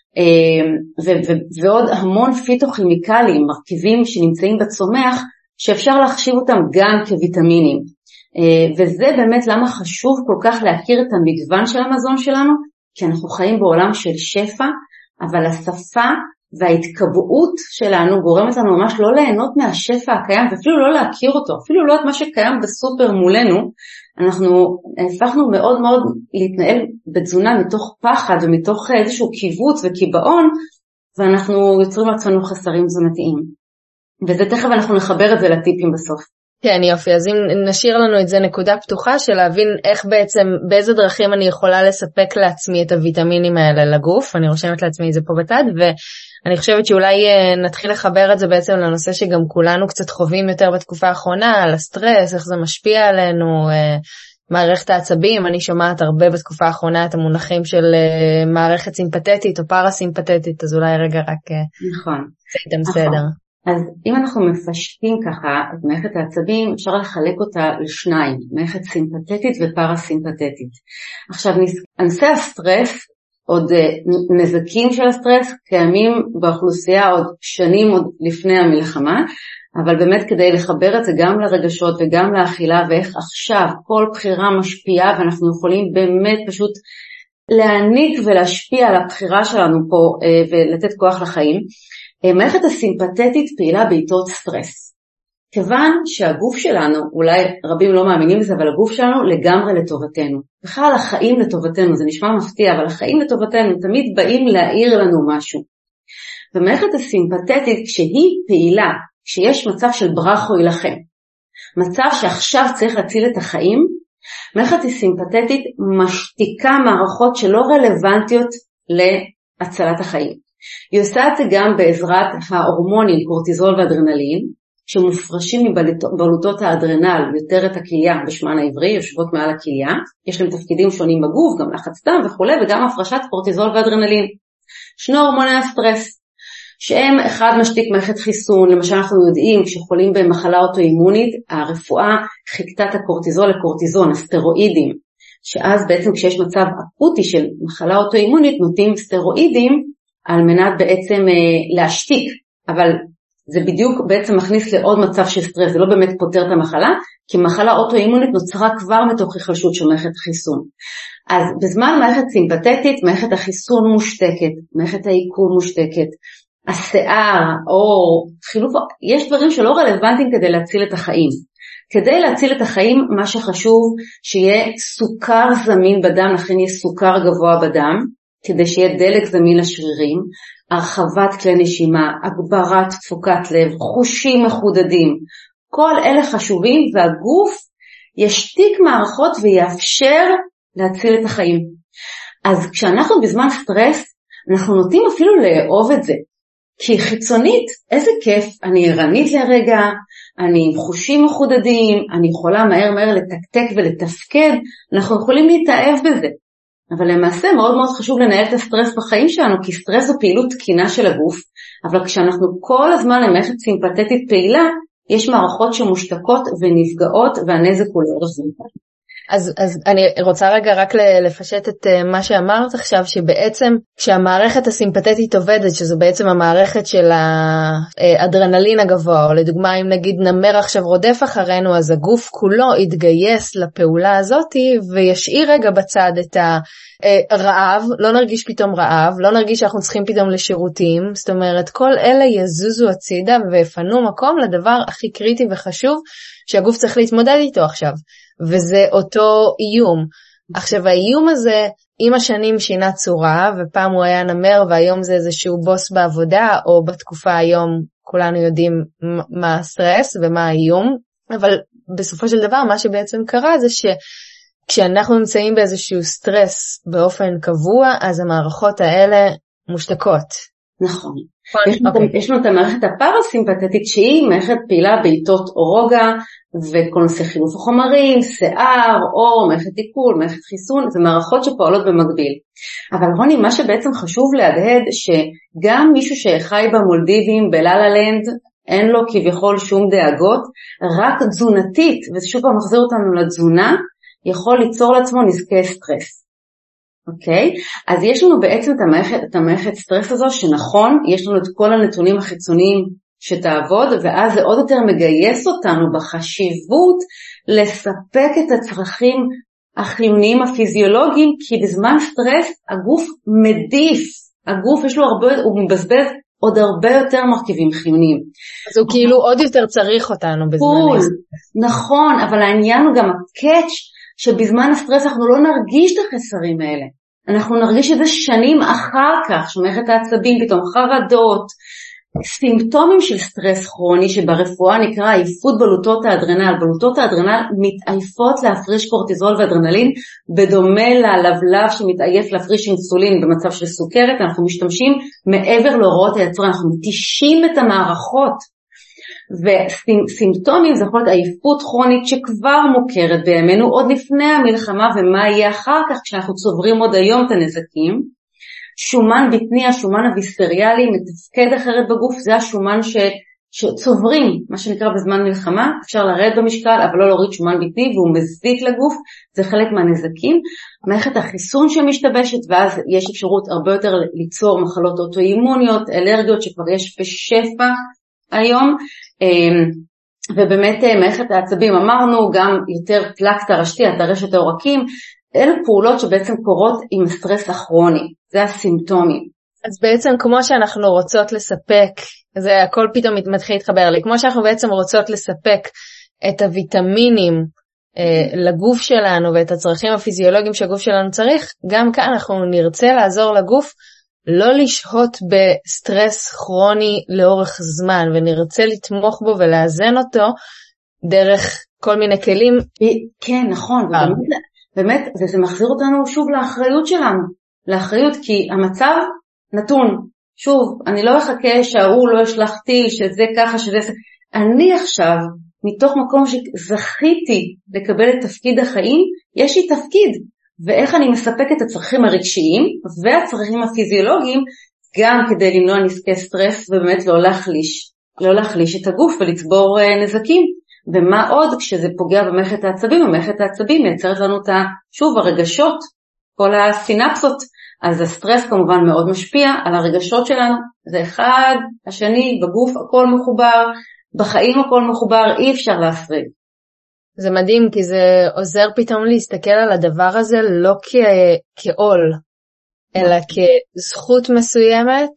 ועוד המון פיטוכימיקלים, מרכיבים שנמצאים בצומח, שאפשר להחשיב אותם גם כוויטמינים. וזה באמת למה חשוב כל כך להכיר את המגוון של המזון שלנו, כי אנחנו חיים בעולם של שפע, אבל השפה וההתקבעות שלנו גורמת לנו ממש לא ליהנות מהשפע הקיים, ואפילו לא להכיר אותו, אפילו לא את מה שקיים בסופר מולנו. אנחנו הפכנו מאוד מאוד להתנהל בתזונה מתוך פחד ומתוך איזשהו קיבוץ וקיבעון, ואנחנו יוצרים לעצמנו חסרים תזונתיים. וזה תכף אנחנו נחבר את זה לטיפים בסוף. כן, יופי, אז אם נשאיר לנו את זה נקודה פתוחה של להבין איך בעצם, באיזה דרכים אני יכולה לספק לעצמי את הוויטמינים האלה לגוף, אני רושמת לעצמי את זה פה בצד, ואני חושבת שאולי נתחיל לחבר את זה בעצם לנושא שגם כולנו קצת חווים יותר בתקופה האחרונה, על הסטרס, איך זה משפיע עלינו, מערכת העצבים, אני שומעת הרבה בתקופה האחרונה את המונחים של מערכת סימפתטית או פרסימפתטית, אז אולי רגע רק נכון. בסדר. אז אם אנחנו מפשטים ככה את מערכת העצבים, אפשר לחלק אותה לשניים, מערכת סימפתטית ופרסימפתטית. עכשיו, נושא הסטרס, עוד נזקים של הסטרס, קיימים באוכלוסייה עוד שנים עוד לפני המלחמה, אבל באמת כדי לחבר את זה גם לרגשות וגם לאכילה, ואיך עכשיו כל בחירה משפיעה, ואנחנו יכולים באמת פשוט להעניק ולהשפיע על הבחירה שלנו פה, ולתת כוח לחיים. מערכת הסימפתטית פעילה בעיתות סטרס. כיוון שהגוף שלנו, אולי רבים לא מאמינים בזה, אבל הגוף שלנו לגמרי לטובתנו. בכלל החיים לטובתנו, זה נשמע מפתיע, אבל החיים לטובתנו תמיד באים להעיר לנו משהו. ומערכת הסימפתטית כשהיא פעילה, כשיש מצב של ברח או ילחם, מצב שעכשיו צריך להציל את החיים, מערכת הסימפתטית משתיקה מערכות שלא רלוונטיות להצלת החיים. היא עושה את זה גם בעזרת ההורמונים, קורטיזול ואדרנלין, שמופרשים מבלוטות האדרנל, יותר את הכליה בשמן העברי, יושבות מעל הכליה, יש להם תפקידים שונים בגוף, גם לחץ דם וכו', וגם הפרשת קורטיזול ואדרנלין. שני הורמוני הסטרס, שהם אחד משתיק מערכת חיסון, למשל אנחנו יודעים, כשחולים במחלה אוטואימונית, הרפואה חיכתה את הקורטיזול לקורטיזון, הסטרואידים, שאז בעצם כשיש מצב אקוטי של מחלה אוטואימונית, נותנים סטרואידים, על מנת בעצם להשתיק, אבל זה בדיוק בעצם מכניס לעוד מצב של סטרס, זה לא באמת פותר את המחלה, כי מחלה אוטואימונית נוצרה כבר מתוך החלשות של מערכת החיסון. אז בזמן מערכת סימפתטית, מערכת החיסון מושתקת, מערכת העיכול מושתקת, השיער, אור, חילוף, יש דברים שלא רלוונטיים כדי להציל את החיים. כדי להציל את החיים, מה שחשוב שיהיה סוכר זמין בדם, לכן יהיה סוכר גבוה בדם, כדי שיהיה דלק זמין לשרירים, הרחבת כלי נשימה, הגברת תפוקת לב, חושים מחודדים, כל אלה חשובים, והגוף ישתיק מערכות ויאפשר להציל את החיים. אז כשאנחנו בזמן סטרס, אנחנו נוטים אפילו לאהוב את זה, כי חיצונית, איזה כיף, אני ערנית לרגע, אני עם חושים מחודדים, אני יכולה מהר לתקתק ולתפקד, אנחנו יכולים להתאהב בזה. אבל למעשה מאוד מאוד חשוב לנהל את הסטרס בחיים שלנו, כי סטרס זו פעילות תקינה של הגוף, אבל כשאנחנו כל הזמן למערכת סימפתטית פעילה, יש מערכות שמושתקות ונפגעות, והנזק הוא לא רחוק. אז אני רוצה רגע רק לפשט את מה שאמרת עכשיו, שבעצם כשהמערכת הסימפתטית עובדת, שזו בעצם המערכת של האדרנלין הגבוה, או לדוגמה אם נגיד נמר עכשיו רודף אחרינו, אז הגוף כולו יתגייס לפעולה הזאת, וישאיר רגע בצד את הרעב, לא נרגיש פתאום רעב, לא נרגיש שאנחנו צריכים פתאום לשירותים, זאת אומרת כל אלה יזוזו הצידה ויפנו מקום לדבר הכי קריטי וחשוב, שהגוף צריך להתמודד איתו עכשיו. וזה אותו איום. עכשיו האיום הזה עם השנים שינה צורה, ופעם הוא היה נמר והיום זה איזשהו בוס בעבודה, או בתקופה היום כולנו יודעים מה הסטרס ומה האיום, אבל בסופו של דבר מה שבעצם קרה זה שכשאנחנו נמצאים באיזשהו סטרס באופן קבוע, אז המערכות האלה מושתקות. נכון. יש לנו את המערכת הפרסימפטית שהיא מערכת פעילה בעיתות רוגע וכל נושא חילוף החומרים, שיער, אור, מערכת עיכול, מערכת חיסון, זה מערכות שפועלות במקביל. אבל רוני, מה שבעצם חשוב להדהד שגם מישהו שחי במולדיבים, בללה-לנד, אין לו כביכול שום דאגות, רק תזונתית, וזה שוב פעם מחזיר אותנו לתזונה, יכול ליצור לעצמו נזקי סטרס. אוקיי? אז יש לנו בעצם את המערכת סטרס הזו, שנכון, יש לנו את כל הנתונים החיצוניים שתעבוד, ואז זה עוד יותר מגייס אותנו בחשיבות לספק את הצרכים החיוניים הפיזיולוגיים, כי בזמן סטרס הגוף מדיף, הגוף יש לו הוא מבזבז עוד הרבה יותר מרכיבים חיוניים. אז הוא כאילו עוד יותר צריך אותנו בזמן סטרס. נכון, אבל העניין הוא גם הקאץ' שבזמן הסטרס אנחנו לא נרגיש את החסרים האלה. אנחנו נרגיש את זה שנים אחר כך, שמערכת העצבים, פתאום חרדות, סימפטומים של סטרס כרוני שברפואה נקרא עייפות בלוטות האדרנל. בלוטות האדרנל מתעייפות להפריש קורטיזול ואדרנלין, בדומה ללבלב שמתעייף להפריש אינסולין במצב של סוכרת. אנחנו משתמשים מעבר להוראות היצרן, אנחנו מתישים את המערכות. וסימפטומים זה יכול להיות עייפות כרונית שכבר מוכרת בימינו עוד לפני המלחמה, ומה יהיה אחר כך כשאנחנו צוברים עוד היום את הנזקים. שומן בטני, השומן הוויספריאלי, מתפקד אחרת בגוף, זה השומן שצוברים, מה שנקרא בזמן מלחמה, אפשר לרדת במשקל, אבל לא להוריד שומן בטני, והוא מזיק לגוף, זה חלק מהנזקים. מערכת החיסון שמשתבשת, ואז יש אפשרות הרבה יותר ליצור מחלות אוטואימוניות, אלרגיות שכבר יש בשפע היום, ובאמת מערכת העצבים, אמרנו גם יותר פלק תרשתי, הטרשת העורקים, אלה פעולות שבעצם קורות עם הסטרס הכרוני, זה הסימפטומים. אז בעצם כמו שאנחנו רוצות לספק, זה הכל פתאום מתחיל להתחבר לי, כמו שאנחנו בעצם רוצות לספק את הוויטמינים לגוף שלנו ואת הצרכים הפיזיולוגיים שהגוף שלנו צריך, גם כאן אנחנו נרצה לעזור לגוף לא לשהות בסטרס כרוני לאורך זמן, ונרצה לתמוך בו ולאזן אותו דרך כל מיני כלים. כן, נכון, באמת, וזה מחזיר אותנו שוב לאחריות שלנו, לאחריות, כי המצב נתון, שוב, אני לא אחכה שההוא לא ישלח טיל, שזה ככה, שזה, אני עכשיו, מתוך מקום שזכיתי לקבל את תפקיד החיים, יש לי תפקיד, ואיך אני מספק את הצרכים הרגשיים והצרכים הפיזיולוגיים, גם כדי למנוע נזקי סטרס, ובאמת לא להחליש את הגוף ולצבור נזקים. ומה עוד כשזה פוגע במערכת העצבים, המערכת העצבים מייצרת לנו את שוב הרגשות, כל הסינפסות, אז הסטרס כמובן מאוד משפיע על הרגשות שלנו, זה אחד, השני, בגוף הכל מחובר, בחיים הכל מחובר, אי אפשר להפריד. זה מדהים, כי זה עוזר פתאום להסתכל על הדבר הזה לא כעול, אלא כזכות מסוימת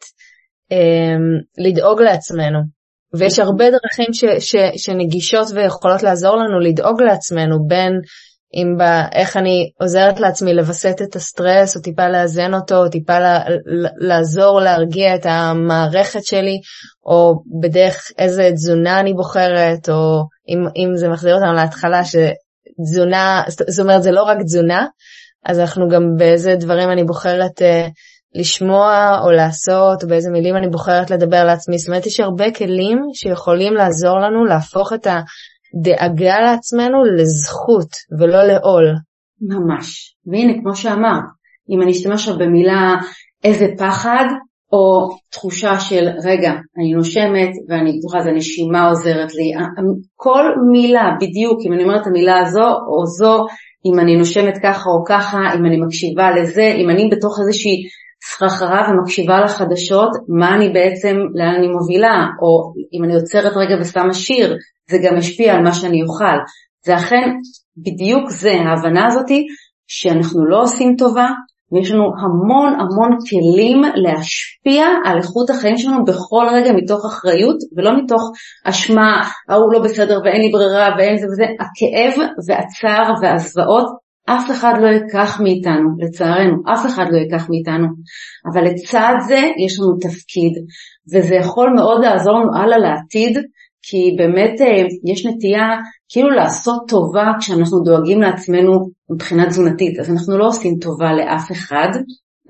לדאוג לעצמנו. ויש הרבה דרכים שנגישות ויכולות לעזור לנו לדאוג לעצמנו, בין אם איך אני עוזרת לעצמי לבסט את הסטרס, או טיפה לאזן אותו, או טיפה לעזור להרגיע את המערכת שלי, או בדרך איזה תזונה אני בוחרת, או אם זה מחזיר אותנו להתחלה שתזונה, זאת אומרת זה לא רק תזונה, אז אנחנו גם באיזה דברים אני בוחרת לשמוע או לעשות, או באיזה מילים אני בוחרת לדבר לעצמי. זאת אומרת, יש הרבה כלים שיכולים לעזור לנו להפוך את הדאגה לעצמנו לזכות ולא לעול. ממש. והנה, כמו שאמרת, אם אני אשתמש במילה איזה פחד, או תחושה של רגע, אני נושמת ואני בטוחה, זה נשימה עוזרת לי. כל מילה בדיוק, אם אני אומרת המילה הזו או זו, אם אני נושמת ככה או ככה, אם אני מקשיבה לזה, אם אני בתוך איזושהי סחרחרה ומקשיבה לחדשות, מה אני בעצם, לאן אני מובילה, או אם אני יוצרת רגע ושמה שיר, זה גם משפיע על מה שאני אוכל. זה אכן בדיוק זה, ההבנה הזאת שאנחנו לא עושים טובה, ויש לנו המון המון כלים להשפיע על איכות החיים שלנו בכל רגע מתוך אחריות, ולא מתוך אשמה, הוא לא בסדר ואין לי ברירה ואין זה וזה. הכאב והצער והזוועות, אף אחד לא ייקח מאיתנו, לצערנו, אף אחד לא ייקח מאיתנו. אבל לצד זה יש לנו תפקיד, וזה יכול מאוד לעזור לנו הלאה לעתיד, כי באמת יש נטייה כאילו לעשות טובה כשאנחנו דואגים לעצמנו מבחינה תזונתית, אז אנחנו לא עושים טובה לאף אחד,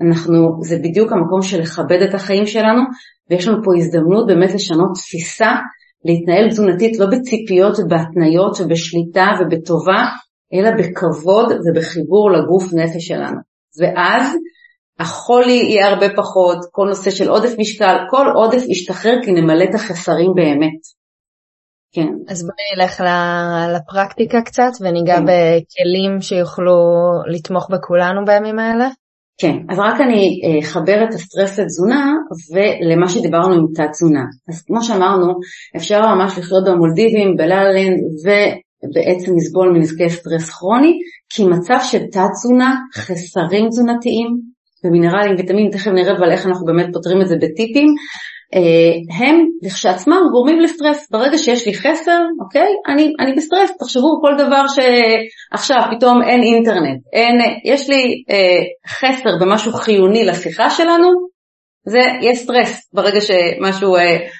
זה בדיוק המקום של לכבד את החיים שלנו, ויש לנו פה הזדמנות באמת לשנות תפיסה, להתנהל תזונתית לא בציפיות ובהתניות ובשליטה ובטובה, אלא בכבוד ובחיבור לגוף נפש שלנו. ואז החולי יהיה הרבה פחות, כל נושא של עודף משקל, כל עודף ישתחרר כי נמלא את החסרים באמת. כן. אז בואי נלך לפרקטיקה קצת וניגע בכלים שיוכלו לתמוך בכולנו בימים האלה. כן, אז רק אני אחבר את הסטרס לתזונה ולמה שדיברנו עם תת תזונה. אז כמו שאמרנו, אפשר ממש לחיות במולדיבים, בללנד, ובעצם לסבול מנזקי סטרס כרוני, כי מצב של תת תזונה, חסרים תזונתיים, ומינרלים, ויטמין, תכף נראה ועל איך אנחנו באמת פותרים את זה בטיפים, הם לכשעצמם גורמים לסטרס. ברגע שיש לי חסר, אוקיי, אני בסטרס. תחשבו כל דבר שעכשיו פתאום אין אינטרנט, יש לי חסר במשהו חיוני לשיחה שלנו, יש סטרס ברגע שמשהו,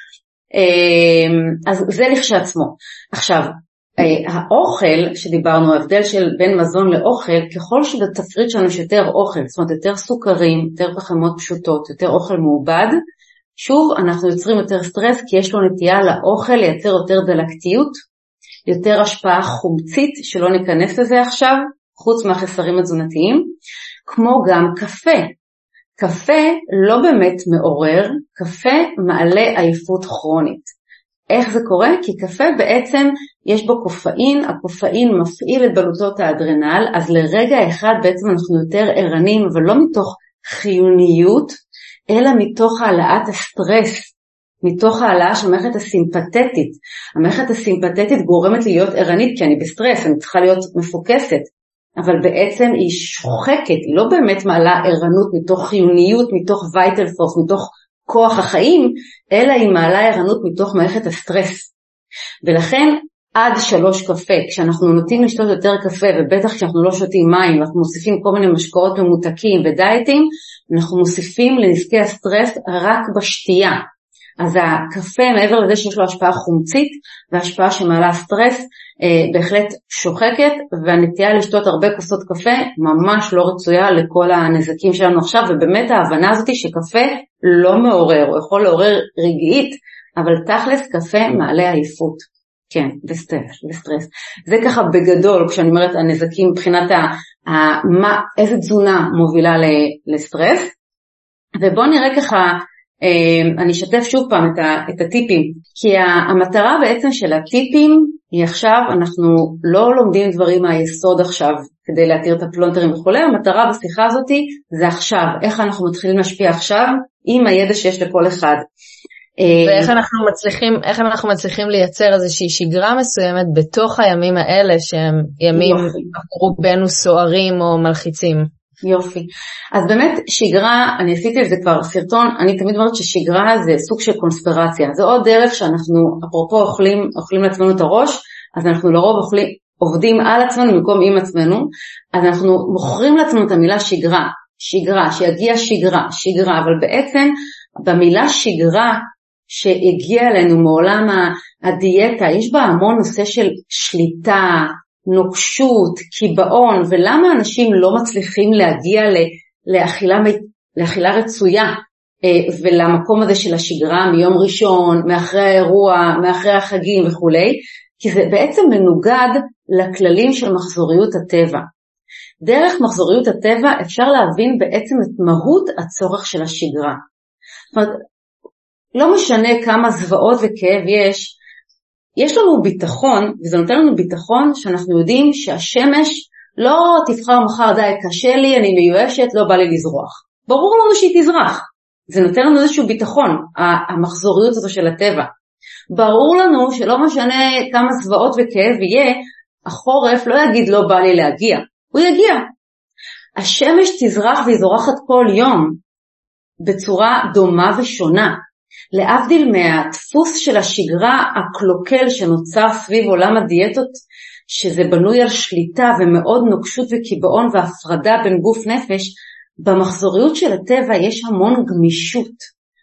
אז זה לכשעצמו. עכשיו, האוכל שדיברנו, ההבדל של בין מזון לאוכל, ככל שבתפריט שלנו יש יותר אוכל, זאת אומרת יותר סוכרים, יותר פחמות פשוטות, יותר אוכל מעובד, שוב אנחנו יוצרים יותר סטרס, כי יש לו נטייה לאוכל לייצר יותר דלקתיות, יותר השפעה חומצית, שלא ניכנס לזה עכשיו, חוץ מהחסרים התזונתיים, כמו גם קפה. קפה לא באמת מעורר, קפה מעלה עייפות כרונית. איך זה קורה? כי קפה בעצם יש בו קופאין, הקופאין מפעיל את בלוטות האדרנל, אז לרגע אחד בעצם אנחנו יותר ערנים, אבל לא מתוך חיוניות, אלא מתוך העלאת הסטרס, מתוך העלאה של המערכת הסימפתטית. המערכת הסימפתטית גורמת לי להיות ערנית, כי אני בסטרס, אני צריכה להיות מפוקסת, אבל בעצם היא שוחקת, היא לא באמת מעלה ערנות מתוך חיוניות, מתוך וייטל פורס, מתוך כוח החיים, אלא היא מעלה ערנות מתוך מערכת הסטרס. ולכן עד 3 קפה, כשאנחנו נוטים לשתות יותר קפה, ובטח כשאנחנו לא שותים מים, ואנחנו מוסיפים כל מיני משקאות ממותקים ודייטים, אנחנו מוסיפים לנזקי הסטרס רק בשתייה. אז הקפה, מעבר לזה שיש לו השפעה חומצית, והשפעה שמעלה סטרס, בהחלט שוחקת, והנטייה לשתות הרבה כוסות קפה, ממש לא רצויה לכל הנזקים שלנו עכשיו, ובאמת ההבנה הזאת היא שקפה לא מעורר, הוא יכול לעורר רגעית, אבל תכלס קפה מעלה עייפות. כן, וסטרס. זה ככה בגדול, כשאני אומרת הנזקים מבחינת איזה תזונה מובילה לסטרס. ובואו נראה ככה, אני אשתף שוב פעם את הטיפים, כי המטרה בעצם של הטיפים היא עכשיו, אנחנו לא לומדים דברים מהיסוד עכשיו, כדי להתיר את הפלונטרים וכו', המטרה בשיחה הזאת זה עכשיו, איך אנחנו מתחילים להשפיע עכשיו, עם הידע שיש לכל אחד. ואיך אנחנו מצליחים לייצר איזושהי שגרה מסוימת בתוך הימים האלה שהם ימים רובנו סוערים או מלחיצים. יופי. אז באמת שגרה, אני עשיתי את זה כבר סרטון, אני תמיד אומרת ששגרה זה סוג של קונספירציה, זה עוד דרך שאנחנו אפרופו אוכלים לעצמנו את הראש, אז אנחנו לרוב עובדים על עצמנו במקום עם עצמנו, אז אנחנו מוכרים לעצמנו את המילה שגרה, שיגיע שגרה, אבל בעצם במילה שגרה, שהגיע אלינו מעולם הדיאטה, יש בה המון נושא של שליטה, נוקשות, קיבעון, ולמה אנשים לא מצליחים להגיע לאכילה רצויה, ולמקום הזה של השגרה מיום ראשון, מאחרי האירוע, מאחרי החגים וכו', כי זה בעצם מנוגד לכללים של מחזוריות הטבע. דרך מחזוריות הטבע אפשר להבין בעצם את מהות הצורך של השגרה. זאת אומרת, לא משנה כמה זוועות וכאב יש לנו ביטחון, וזה נותן לנו ביטחון שאנחנו יודעים שהשמש לא תבחר מחר, די קשה לי, אני מיואשת, לא בא לי לזרוח. ברור לנו שהיא תזרח. זה נותן לנו איזשהו ביטחון, המחזוריות הזו של הטבע. ברור לנו שלא משנה כמה זוועות וכאב יהיה, החורף לא יגיד לא בא לי להגיע, הוא יגיע. השמש תזרח והיא זורחת כל יום, בצורה דומה ושונה. להבדיל מהדפוס של השגרה הקלוקל שנוצר סביב עולם הדיאטות, שזה בנוי על שליטה ומאוד נוקשות וקיבעון והפרדה בין גוף נפש, במחזוריות של הטבע יש המון גמישות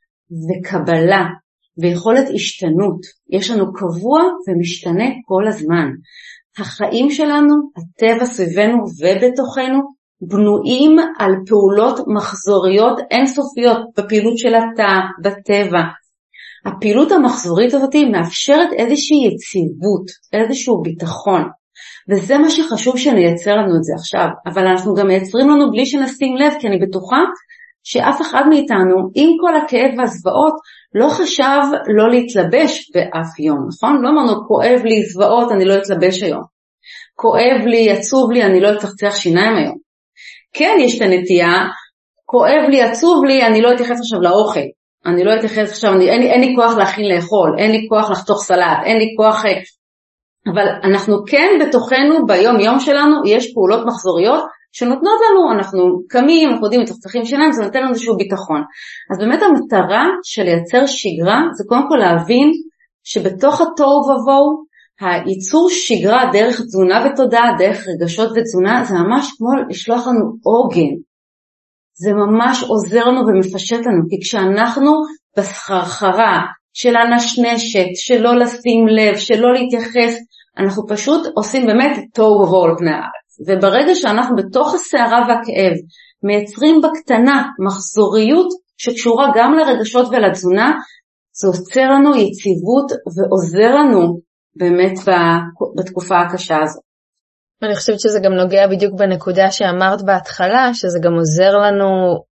וקבלה ויכולת השתנות. יש לנו קבוע ומשתנה כל הזמן. החיים שלנו, הטבע סביבנו ובתוכנו, בנויים על פעולות מחזוריות אינסופיות בפעילות של התא, בטבע. הפעילות המחזורית הזאת מאפשרת איזושהי יציבות, איזשהו ביטחון, וזה מה שחשוב שנייצר לנו את זה עכשיו, אבל אנחנו גם מייצרים לנו בלי שנשים לב, כי אני בטוחה שאף אחד מאיתנו, עם כל הכאב והזוועות, לא חשב לא להתלבש באף יום, נכון? לא אמרנו, כואב לי זוועות, אני לא אתלבש היום. כואב לי, עצוב לי, אני לא אצחצח שיניים היום. כן, יש את הנטייה, כואב לי, עצוב לי, אני לא אתייחס עכשיו לאוכל. אני לא אתייחס עכשיו, אין לי כוח להכין לאכול, אין לי כוח לחתוך סלט, אין לי כוח... אבל אנחנו כן בתוכנו, ביום יום שלנו, יש פעולות מחזוריות שנותנות לנו, אנחנו קמים, אנחנו יודעים, מצחצחים שיניים, זה נותן לנו איזשהו ביטחון. אז באמת המטרה של לייצר שגרה, זה קודם כל להבין שבתוך התוהו ובוהו, הייצור שגרה דרך תזונה ותודעה, דרך רגשות ותזונה, זה ממש כמו לשלוח לנו עוגן. זה ממש עוזר לנו ומפשט לנו, כי כשאנחנו בסחרחרה של הנשנשת, שלא לשים לב, שלא להתייחס, אנחנו פשוט עושים באמת תוהו ובוהו על פני הארץ. וברגע שאנחנו בתוך הסערה והכאב, מייצרים בקטנה מחזוריות שקשורה גם לרגשות ולתזונה, זה עוצר לנו יציבות ועוזר לנו באמת בתקופה הקשה הזאת. אני חושבת שזה גם נוגע בדיוק בנקודה שאמרת בהתחלה, שזה גם עוזר לנו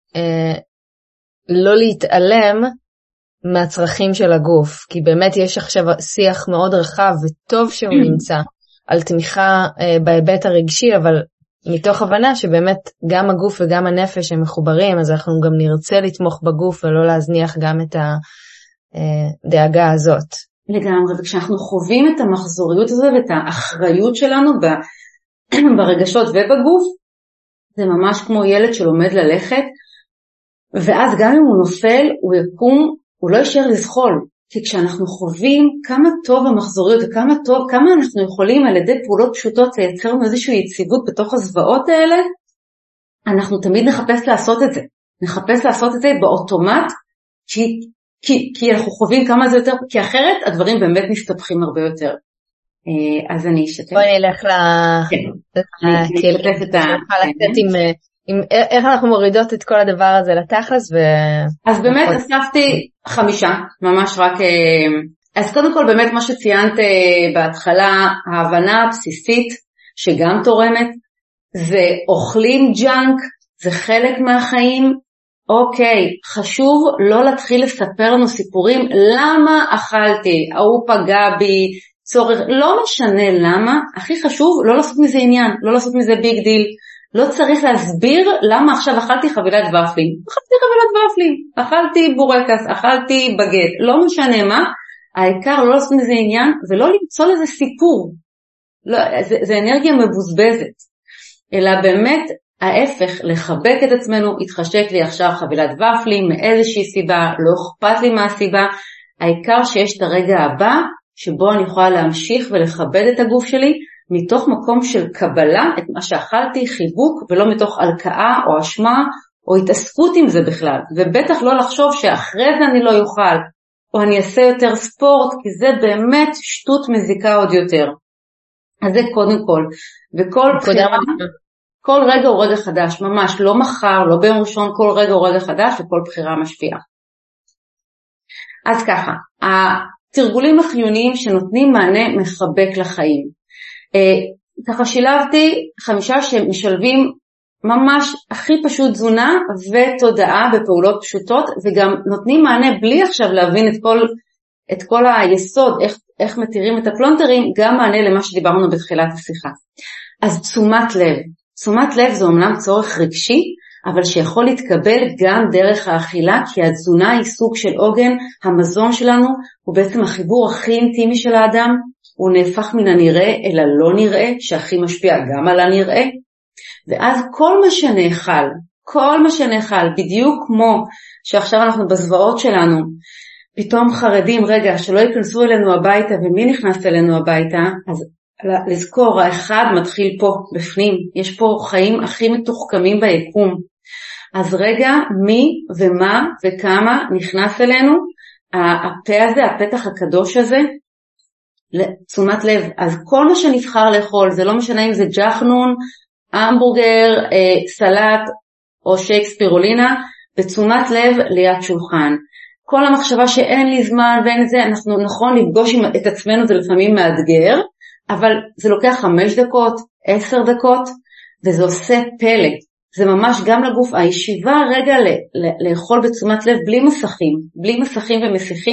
לא להתעלם מהצרכים של הגוף, כי באמת יש עכשיו שיח מאוד רחב וטוב שהוא נמצא על תמיכה בהיבט הרגשי, אבל מתוך הבנה שבאמת גם הגוף וגם הנפש הם מחוברים, אז אנחנו גם נרצה לתמוך בגוף ולא להזניח גם את הדאגה הזאת. לגמרי, וכשאנחנו חווים את המחזוריות הזו ואת האחריות שלנו ברגשות ובגוף, זה ממש כמו ילד שלומד ללכת, ואז גם אם הוא נופל, הוא יקום, הוא לא יישאר לזחול, כי כשאנחנו חווים כמה טוב המחזוריות וכמה טוב, כמה אנחנו יכולים על ידי פעולות פשוטות לייצר לנו איזושהי יציבות בתוך הזוועות האלה, אנחנו תמיד נחפש לעשות את זה. נחפש לעשות את זה באוטומט, כי אנחנו חווים כמה זה יותר, כי אחרת הדברים באמת מסתבכים הרבה יותר. אז אני אשתף. בואי נלך איך אנחנו מורידות את כל הדבר הזה לתכלס. אז באמת אספתי 5, ממש רק, אז קודם כל באמת מה שציינת בהתחלה, ההבנה הבסיסית שגם תורמת, זה אוכלים ג'אנק, זה חלק מהחיים, אוקיי, חשוב לא להתחיל לספר לנו סיפורים, למה אכלתי, הוא פגע בי, צורך, לא משנה למה, הכי חשוב לא לעשות מזה עניין, לא לעשות מזה ביג דיל, לא צריך להסביר למה עכשיו אכלתי חבילת ופלים, אכלתי בורקס, אכלתי בגט, לא משנה מה, העיקר לא לעשות מזה עניין, ולא למצוא לזה סיפור, לא, זה אנרגיה מבוזבזת, אלא באמת ההפך, לחבק את עצמנו, התחשק לי עכשיו חבילת ופלים, מאיזושהי סיבה, לא אכפת לי מהסיבה, העיקר שיש את הרגע הבא, שבו אני יכולה להמשיך ולכבד את הגוף שלי, מתוך מקום של קבלה, את מה שאכלתי, חיבוק, ולא מתוך הלקאה או אשמה, או התעסקות עם זה בכלל, ובטח לא לחשוב שאחרי זה אני לא יוכל, או אני אעשה יותר ספורט, כי זה באמת שטות מזיקה עוד יותר. אז זה קודם כל, וכל בחירה, כל רגע הוא רגע חדש, ממש, לא מחר, לא ביום ראשון, כל רגע הוא רגע חדש, וכל בחירה משפיעה. אז ככה, התרגולים החיוניים שנותנים מענה מחבק לחיים. ככה שילבתי 5 שמשלבים ממש הכי פשוט תזונה ותודעה בפעולות פשוטות, וגם נותנים מענה בלי עכשיו להבין את כל היסוד, איך מתירים את הפלונטרים, גם מענה למה שדיברנו בתחילת השיחה. אז תשומת לב זה אומנם צורך רגשי, אבל שיכול להתקבל גם דרך האכילה, כי התזונה היא סוג של עוגן, המזון שלנו הוא בעצם החיבור הכי אינטימי של האדם, הוא נהפך מן הנראה אל הלא נראה, שהכי משפיע גם על הנראה, ואז כל מה שנאכל, בדיוק כמו שעכשיו אנחנו בזוועות שלנו, פתאום חרדים, רגע, שלא ייכנסו אלינו הביתה, ומי נכנס אלינו הביתה, אז לזכור, האחד מתחיל פה, בפנים, יש פה חיים הכי מתוחכמים ביקום, אז רגע, מי ומה וכמה נכנס אלינו, הפה הזה, הפתח הקדוש הזה, לתשומת לב, אז כל מה שנבחר לאכול, זה לא משנה אם זה ג'חנון, המבורגר, סלט או שייק ספירולינה, בתשומת לב ליד שולחן. כל המחשבה שאין לי זמן ואין זה, אנחנו נכון לפגוש את עצמנו, זה לפעמים מאתגר, אבל זה לוקח 5 דקות, 10 דקות, וזה עושה פלא. זה ממש גם לגוף, הישיבה רגע לאכול בתשומת לב בלי מסכים ומסיכים,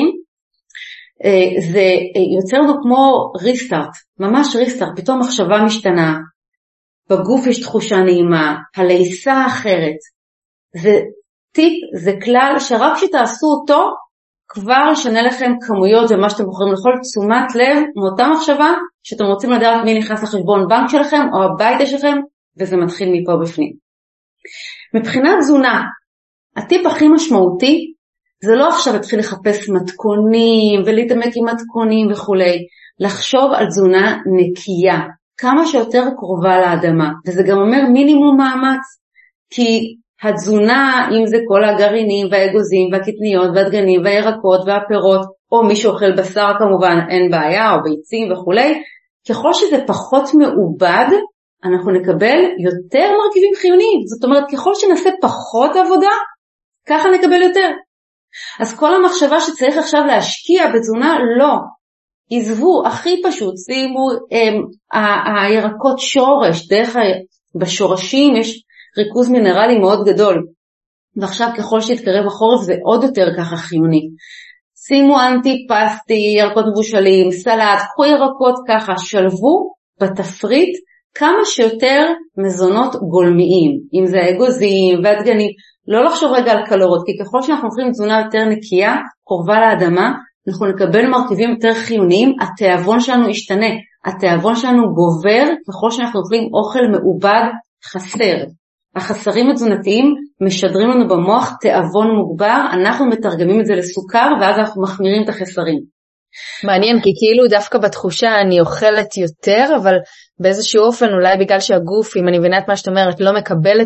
זה יוצר לנו כמו ריסטארט, ממש ריסטארט, פתאום מחשבה משתנה, בגוף יש תחושה נעימה, הלעיסה אחרת. זה טיפ, זה כלל שרק שתעשו אותו, כבר ישנה לכם כמויות ומה שאתם יכולים לאכול, תשומת לב מאותה מחשבה, שאתם רוצים לדעת מי נכנס לחשבון בנק שלכם, או הביתה שלכם, וזה מתחיל מפה בפנים. מבחינת תזונה, הטיפ הכי משמעותי, זה לא עכשיו להתחיל לחפש מתכונים, ולהתעמק עם מתכונים וכולי, לחשוב על תזונה נקייה, כמה שיותר קרובה לאדמה, וזה גם אומר מינימום מאמץ, כי התזונה, אם זה כל הגרעינים והאגוזים והקטניות והדגנים והירקות והפירות, או מי שאוכל בשר כמובן אין בעיה, או ביצים וכולי, ככל שזה פחות מעובד, אנחנו נקבל יותר מרכיבים חיוניים. זאת אומרת, ככל שנעשה פחות עבודה, ככה נקבל יותר. אז כל המחשבה שצריך עכשיו להשקיע בתזונה, לא. עזבו, הכי פשוט, שימו הירקות שורש, בשורשים יש ריכוז מינרלי מאוד גדול. ועכשיו ככל שיתקרב החורף זה עוד יותר ככה חיוני. שימו אנטי-פסטי, ירקות מבושלים, סלט, קחו ירקות ככה, שלבו בתפריט כמה שיותר מזונות גולמיים, אם זה האגוזים והדגנים, לא לחשוב רגע על קלוריות, כי ככל שאנחנו אוכלים תזונה יותר נקייה, קרובה לאדמה, אנחנו נקבל מרכיבים יותר חיוניים, התיאבון שלנו ישתנה, התיאבון שלנו גובר, ככל שאנחנו אוכלים אוכל מעובד חסר. החסרים התזונתיים משדרים לנו במוח תיאבון מוגבר, אנחנו מתרגמים את זה לסוכר, ואז אנחנו מחמירים את החסרים. מעניין, כי כאילו דווקא בתחושה אני אוכלת יותר, אבל באיזשהו אופן, אולי בגלל שהגוף, אם אני מבינה את מה שאת אומרת, לא מקבל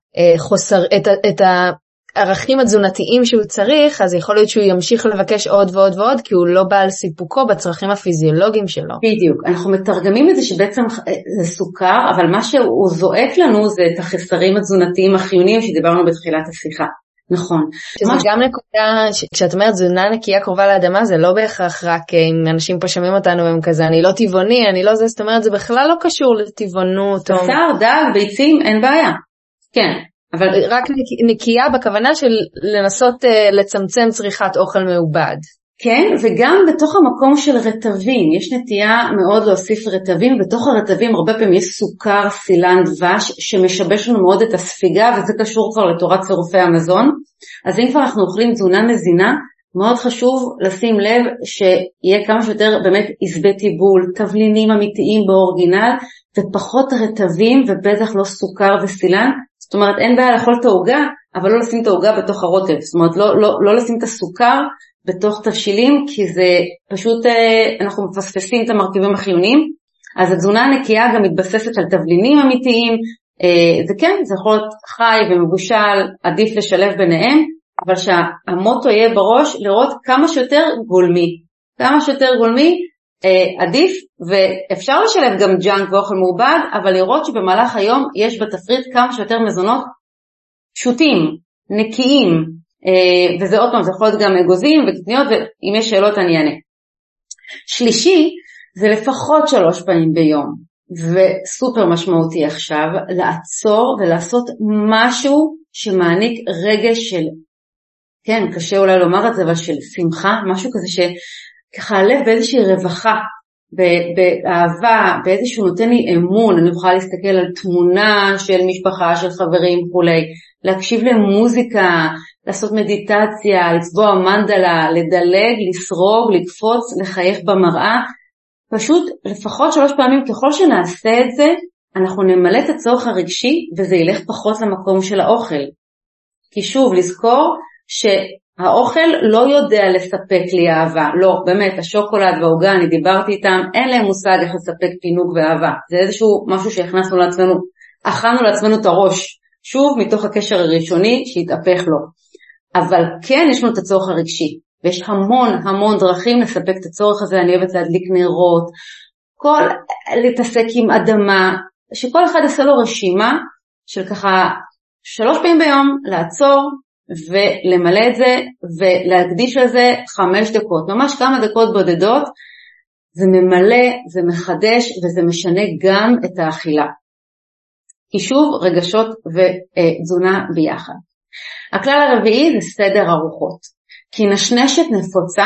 את הערכים התזונתיים שהוא צריך, אז יכול להיות שהוא ימשיך לבקש עוד ועוד ועוד, כי הוא לא בא על סיפוקו בצרכים הפיזיולוגיים שלו. בדיוק, אנחנו מתרגמים את זה שבעצם זה סוכר, אבל מה שהוא זועק לנו זה את החסרים התזונתיים החיוניים שדיברנו בתחילת השיחה. נכון. שזה גם נקודה, כשאת אומרת תזונה נקייה קרובה לאדמה, זה לא בהכרח רק אם אנשים פה שומעים אותנו והם כזה, אני לא טבעוני, אני לא זה, זאת אומרת, זה בכלל לא קשור לטבעונות. בשר, דג, ביצים, אין בעיה. כן. אבל רק נקייה בכוונה של לנסות לצמצם צריכת אוכל מעובד. כן, וגם בתוך המקום של רטבים, יש נטייה מאוד להוסיף רטבים, בתוך הרטבים הרבה פעמים יש סוכר, סילן, דבש, שמשבש לנו מאוד את הספיגה, וזה קשור כבר לתורת צירופי המזון. אז אם כבר אנחנו אוכלים תזונה מזינה, מאוד חשוב לשים לב שיהיה כמה שיותר באמת עזבי טיבול, תבלינים אמיתיים באורגינל, ופחות רטבים ובטח לא סוכר וסילן. זאת אומרת, אין בעיה לאכול את העוגה, אבל לא לשים את העוגה בתוך הרוטב. זאת אומרת, לא לשים את הסוכר בתוך תבשילים, כי זה פשוט, אנחנו מפספסים את המרכיבים החיוניים. אז התזונה הנקייה גם מתבססת על תבלינים אמיתיים. זה כן, זה יכול להיות חי ומבושל, עדיף לשלב ביניהם, אבל שהמוטו יהיה בראש לראות כמה שיותר גולמי. כמה שיותר גולמי עדיף, ואפשר לשלב גם ג'אנק ואוכל מעובד, אבל לראות שבמהלך היום יש בתפריט כמה שיותר מזונות פשוטים, נקיים, וזה עוד פעם, זה יכול להיות גם אגוזים וקטניות, ואם יש שאלות אני אענה. שלישי, זה לפחות 3 פעמים ביום, וסופר משמעותי עכשיו, לעצור ולעשות משהו שמעניק רגש של, כן, קשה אולי לומר את זה, אבל של שמחה, משהו כזה שככה הלב באיזושהי רווחה, באהבה, באיזשהו נותן לי אמון, אני יכולה להסתכל על תמונה של משפחה, של חברים וכולי, להקשיב למוזיקה, לעשות מדיטציה, לצבוע מנדלה, לדלג, לסרוג, לקפוץ, לחייך במראה, פשוט לפחות 3 פעמים, ככל שנעשה את זה, אנחנו נמלא את הצורך הרגשי, וזה ילך פחות למקום של האוכל. כי שוב, לזכור שהאוכל לא יודע לספק לי אהבה. לא, באמת, השוקולד והעוגה, אני דיברתי איתם, אין להם מושג איך לספק פינוק ואהבה. זה איזשהו משהו שהכנסנו לעצמנו, אכלנו לעצמנו את הראש, שוב מתוך הקשר הראשוני שהתהפך לו. אבל כן יש לנו את הצורך הרגשי, ויש המון דרכים לספק את הצורך הזה. אני אוהבת להדליק נרות, להתעסק עם אדמה, שכל אחד עשה לו רשימה של ככה 3 פעמים ביום לעצור ולמלא את זה ולהקדיש לזה 5 דקות, ממש כמה דקות בודדות. זה ממלא, זה מחדש וזה משנה גם את האכילה. כי שוב רגשות ותזונה ביחד. הכלל הרביעי זה סדר ארוחות. כי נשנשת נפוצה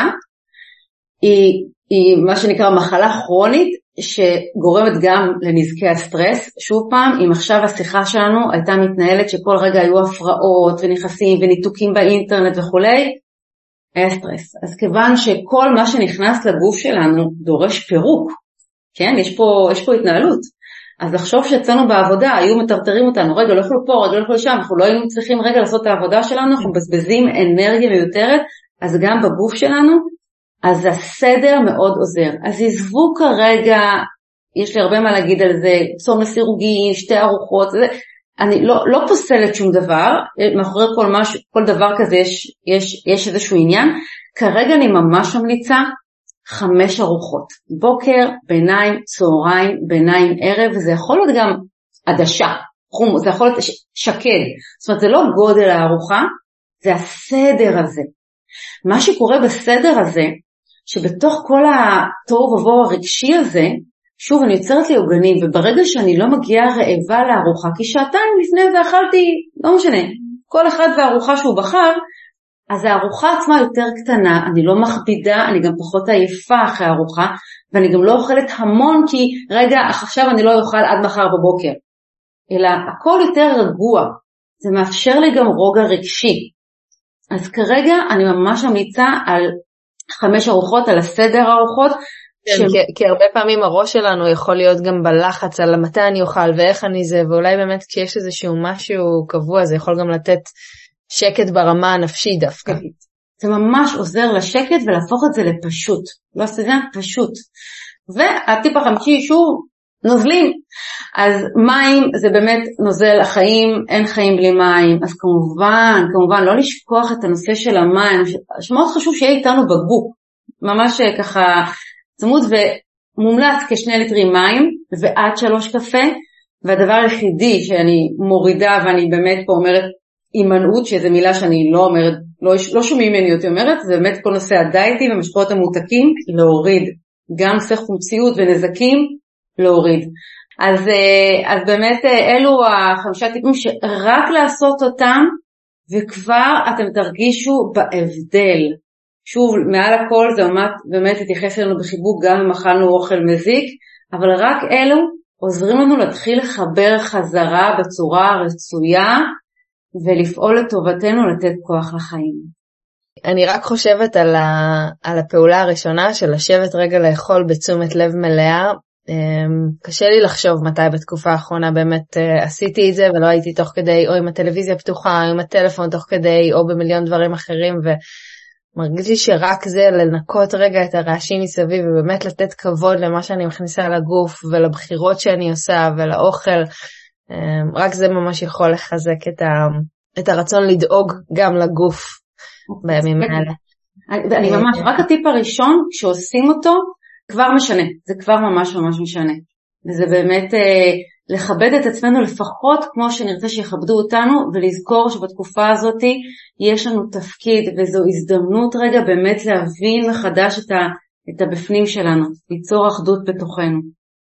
היא מה שנקרא מחלה כרונית שגורמת גם לנזקי הסטרס. שוב פעם, אם עכשיו השיחה שלנו הייתה מתנהלת שכל רגע היו הפרעות ונכנסים וניתוקים באינטרנט וכולי, היה סטרס. אז כיוון שכל מה שנכנס לגוף שלנו דורש פירוק, כן? יש פה התנהלות. אז לחשוב שאצלנו בעבודה היו מטרטרים אותנו, רגע לא יכולו פה, רגע לא יכולו שם, אנחנו לא היינו צריכים רגע לעשות את העבודה שלנו, אנחנו מבזבזים אנרגיה מיותרת, אז גם בגוף שלנו, אז הסדר מאוד עוזר. אז עזבו כרגע, יש לי הרבה מה להגיד על זה, צום לסירוגין, 2 ארוחות, אני לא פוסלת שום דבר, מאחורי כל דבר כזה יש איזשהו עניין. כרגע אני ממש ממליצה 5 ארוחות, בוקר, ביניים, צהריים, ביניים, ערב, וזה יכול להיות גם עדשה, זה יכול להיות שקד, זאת אומרת זה לא גודל הארוחה, זה הסדר הזה. מה שקורה בסדר הזה, שבתוך כל התוהו ובוהו הרגשי הזה, שוב אני יוצרת לי עוגנים, וברגע שאני לא מגיעה רעבה לארוחה, כי 2 לפני זה אכלתי, לא משנה, כל אחד והארוחה שהוא בחר, אז הארוחה עצמה יותר קטנה, אני לא מכבידה, אני גם פחות עייפה אחרי הארוחה, ואני גם לא אוכלת המון, כי רגע, עכשיו אני לא אוכל עד מחר בבוקר, אלא הכל יותר רגוע, זה מאפשר לי גם רוגע רגשי. אז כרגע אני ממש ממליצה על 5 ארוחות, על הסדר הארוחות, כי הרבה פעמים הראש שלנו יכול להיות גם בלחץ על מתי אני אוכל ואיך אני זה, ואולי באמת כשיש איזשהו משהו קבוע, זה יכול גם לתת שקט ברמה הנפשית דווקא. זה ממש עוזר לשקט ולהפוך את זה לפשוט, לא סדר פשוט. והטיפ החמישי שהוא נוזלים. אז מים זה באמת נוזל החיים, אין חיים בלי מים, אז כמובן לא לשכוח את הנושא של המים, שמאוד חשוב שיהיה איתנו בגוף, ממש ככה צמוד, ומומלץ 2 ליטרים מים ועד 3 קפה, והדבר היחידי שאני מורידה ואני באמת פה אומרת הימנעות, שזו מילה שאני לא אומרת, לא שומעים ממני אותי אומרת, זה באמת כל נושא הדייטים ומשקאות המותקים, להוריד, גם נושא חומציות ונזקים, להוריד. אז באמת אלו 5 טיפים שרק לעשות אותם, וכבר אתם תרגישו בהבדל. שוב, מעל הכל זה באמת להתייחס אלינו בחיבוק, גם אם אכלנו אוכל מזיק, אבל רק אלו עוזרים לנו להתחיל לחבר חזרה בצורה רצויה, ולפעול לטובתנו, לתת כוח לחיים. אני רק חושבת על הפעולה הראשונה של לשבת רגע לאכול בתשומת לב מלאה. קשה לי לחשוב מתי בתקופה האחרונה באמת עשיתי את זה, ולא הייתי תוך כדי או עם הטלוויזיה פתוחה, או עם הטלפון תוך כדי, או במיליון דברים אחרים, ומרגיש לי שרק זה לנקות רגע את הרעשים מסביב, ובאמת לתת כבוד למה שאני מכניסה לגוף, ולבחירות שאני עושה, ולאוכל, רק זה ממש יכול לחזק את הרצון לדאוג גם לגוף בימים האלה. אני ממש, רק הטיפ הראשון, כשעושים אותו, כבר משנה, זה כבר ממש משנה. וזה באמת לכבד את עצמנו לפחות כמו שנרצה שיכבדו אותנו, ולזכור שבתקופה הזאת יש לנו תפקיד, וזו הזדמנות רגע באמת להבין מחדש את הבפנים שלנו, ליצור אחדות בתוכנו.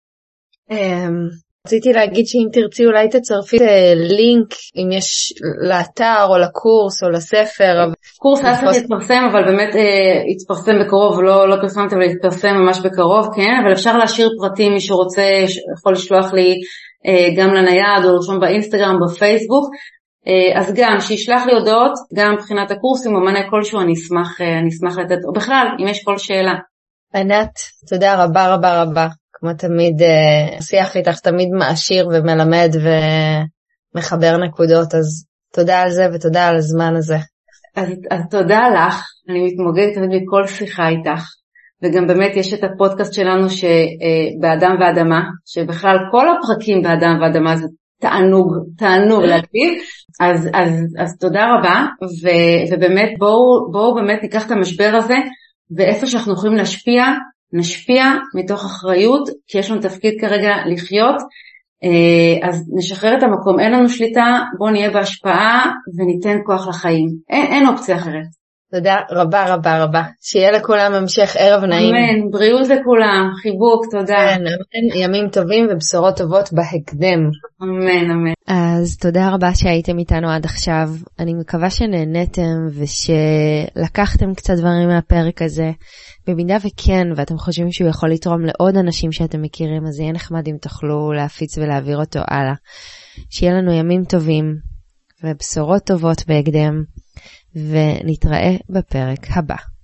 רציתי להגיד שאם תרצי אולי תצרפי לינק, אם יש לאתר או לקורס או לספר. קורס האסף יתפרסם, אבל באמת יתפרסם בקרוב, לא פרסמתם, אבל יתפרסם ממש בקרוב, כן, אבל אפשר להשאיר פרטים, מי שרוצה יכול לשלוח לי גם לנייד או לרשום באינסטגרם, בפייסבוק, אז גם שישלח לי הודעות, גם מבחינת הקורסים או מענה כלשהו, אני אשמח לתת, או בכלל, אם יש כל שאלה. ענת, תודה רבה רבה רבה. כמו תמיד, שיח איתך תמיד מעשיר ומלמד ומחבר נקודות, אז תודה על זה ותודה על הזמן הזה. אז תודה לך, אני מתמוגגת תמיד מכל שיחה איתך, וגם באמת יש את הפודקאסט שלנו באדם ואדמה, שבכלל כל הפרקים באדם ואדמה זה תענוג להקשיב, אז תודה רבה, ובאמת בואו באמת ניקח את המשבר הזה, ואיפה שאנחנו יכולים נשפיע מתוך אחריות, כי יש לנו תפקיד כרגע לחיות, אז נשחרר את המקום, אין לנו שליטה, בוא נהיה בהשפעה וניתן כוח לחיים. אין אופציה אחרת. תודה רבה רבה רבה. שיהיה לכולם המשך ערב נעים. אמן, בריאות לכולם, חיבוק, תודה. כן, אמן, ימים טובים ובשורות טובות בהקדם. אמן, אמן. אז תודה רבה שהייתם איתנו עד עכשיו. אני מקווה שנהנתם ושלקחתם קצת דברים מהפרק הזה. במידה וכן, ואתם חושבים שהוא יכול לתרום לעוד אנשים שאתם מכירים, אז יהיה נחמד אם תוכלו להפיץ ולהעביר אותו הלאה. שיהיה לנו ימים טובים ובשורות טובות בהקדם. ונתראה בפרק הבא.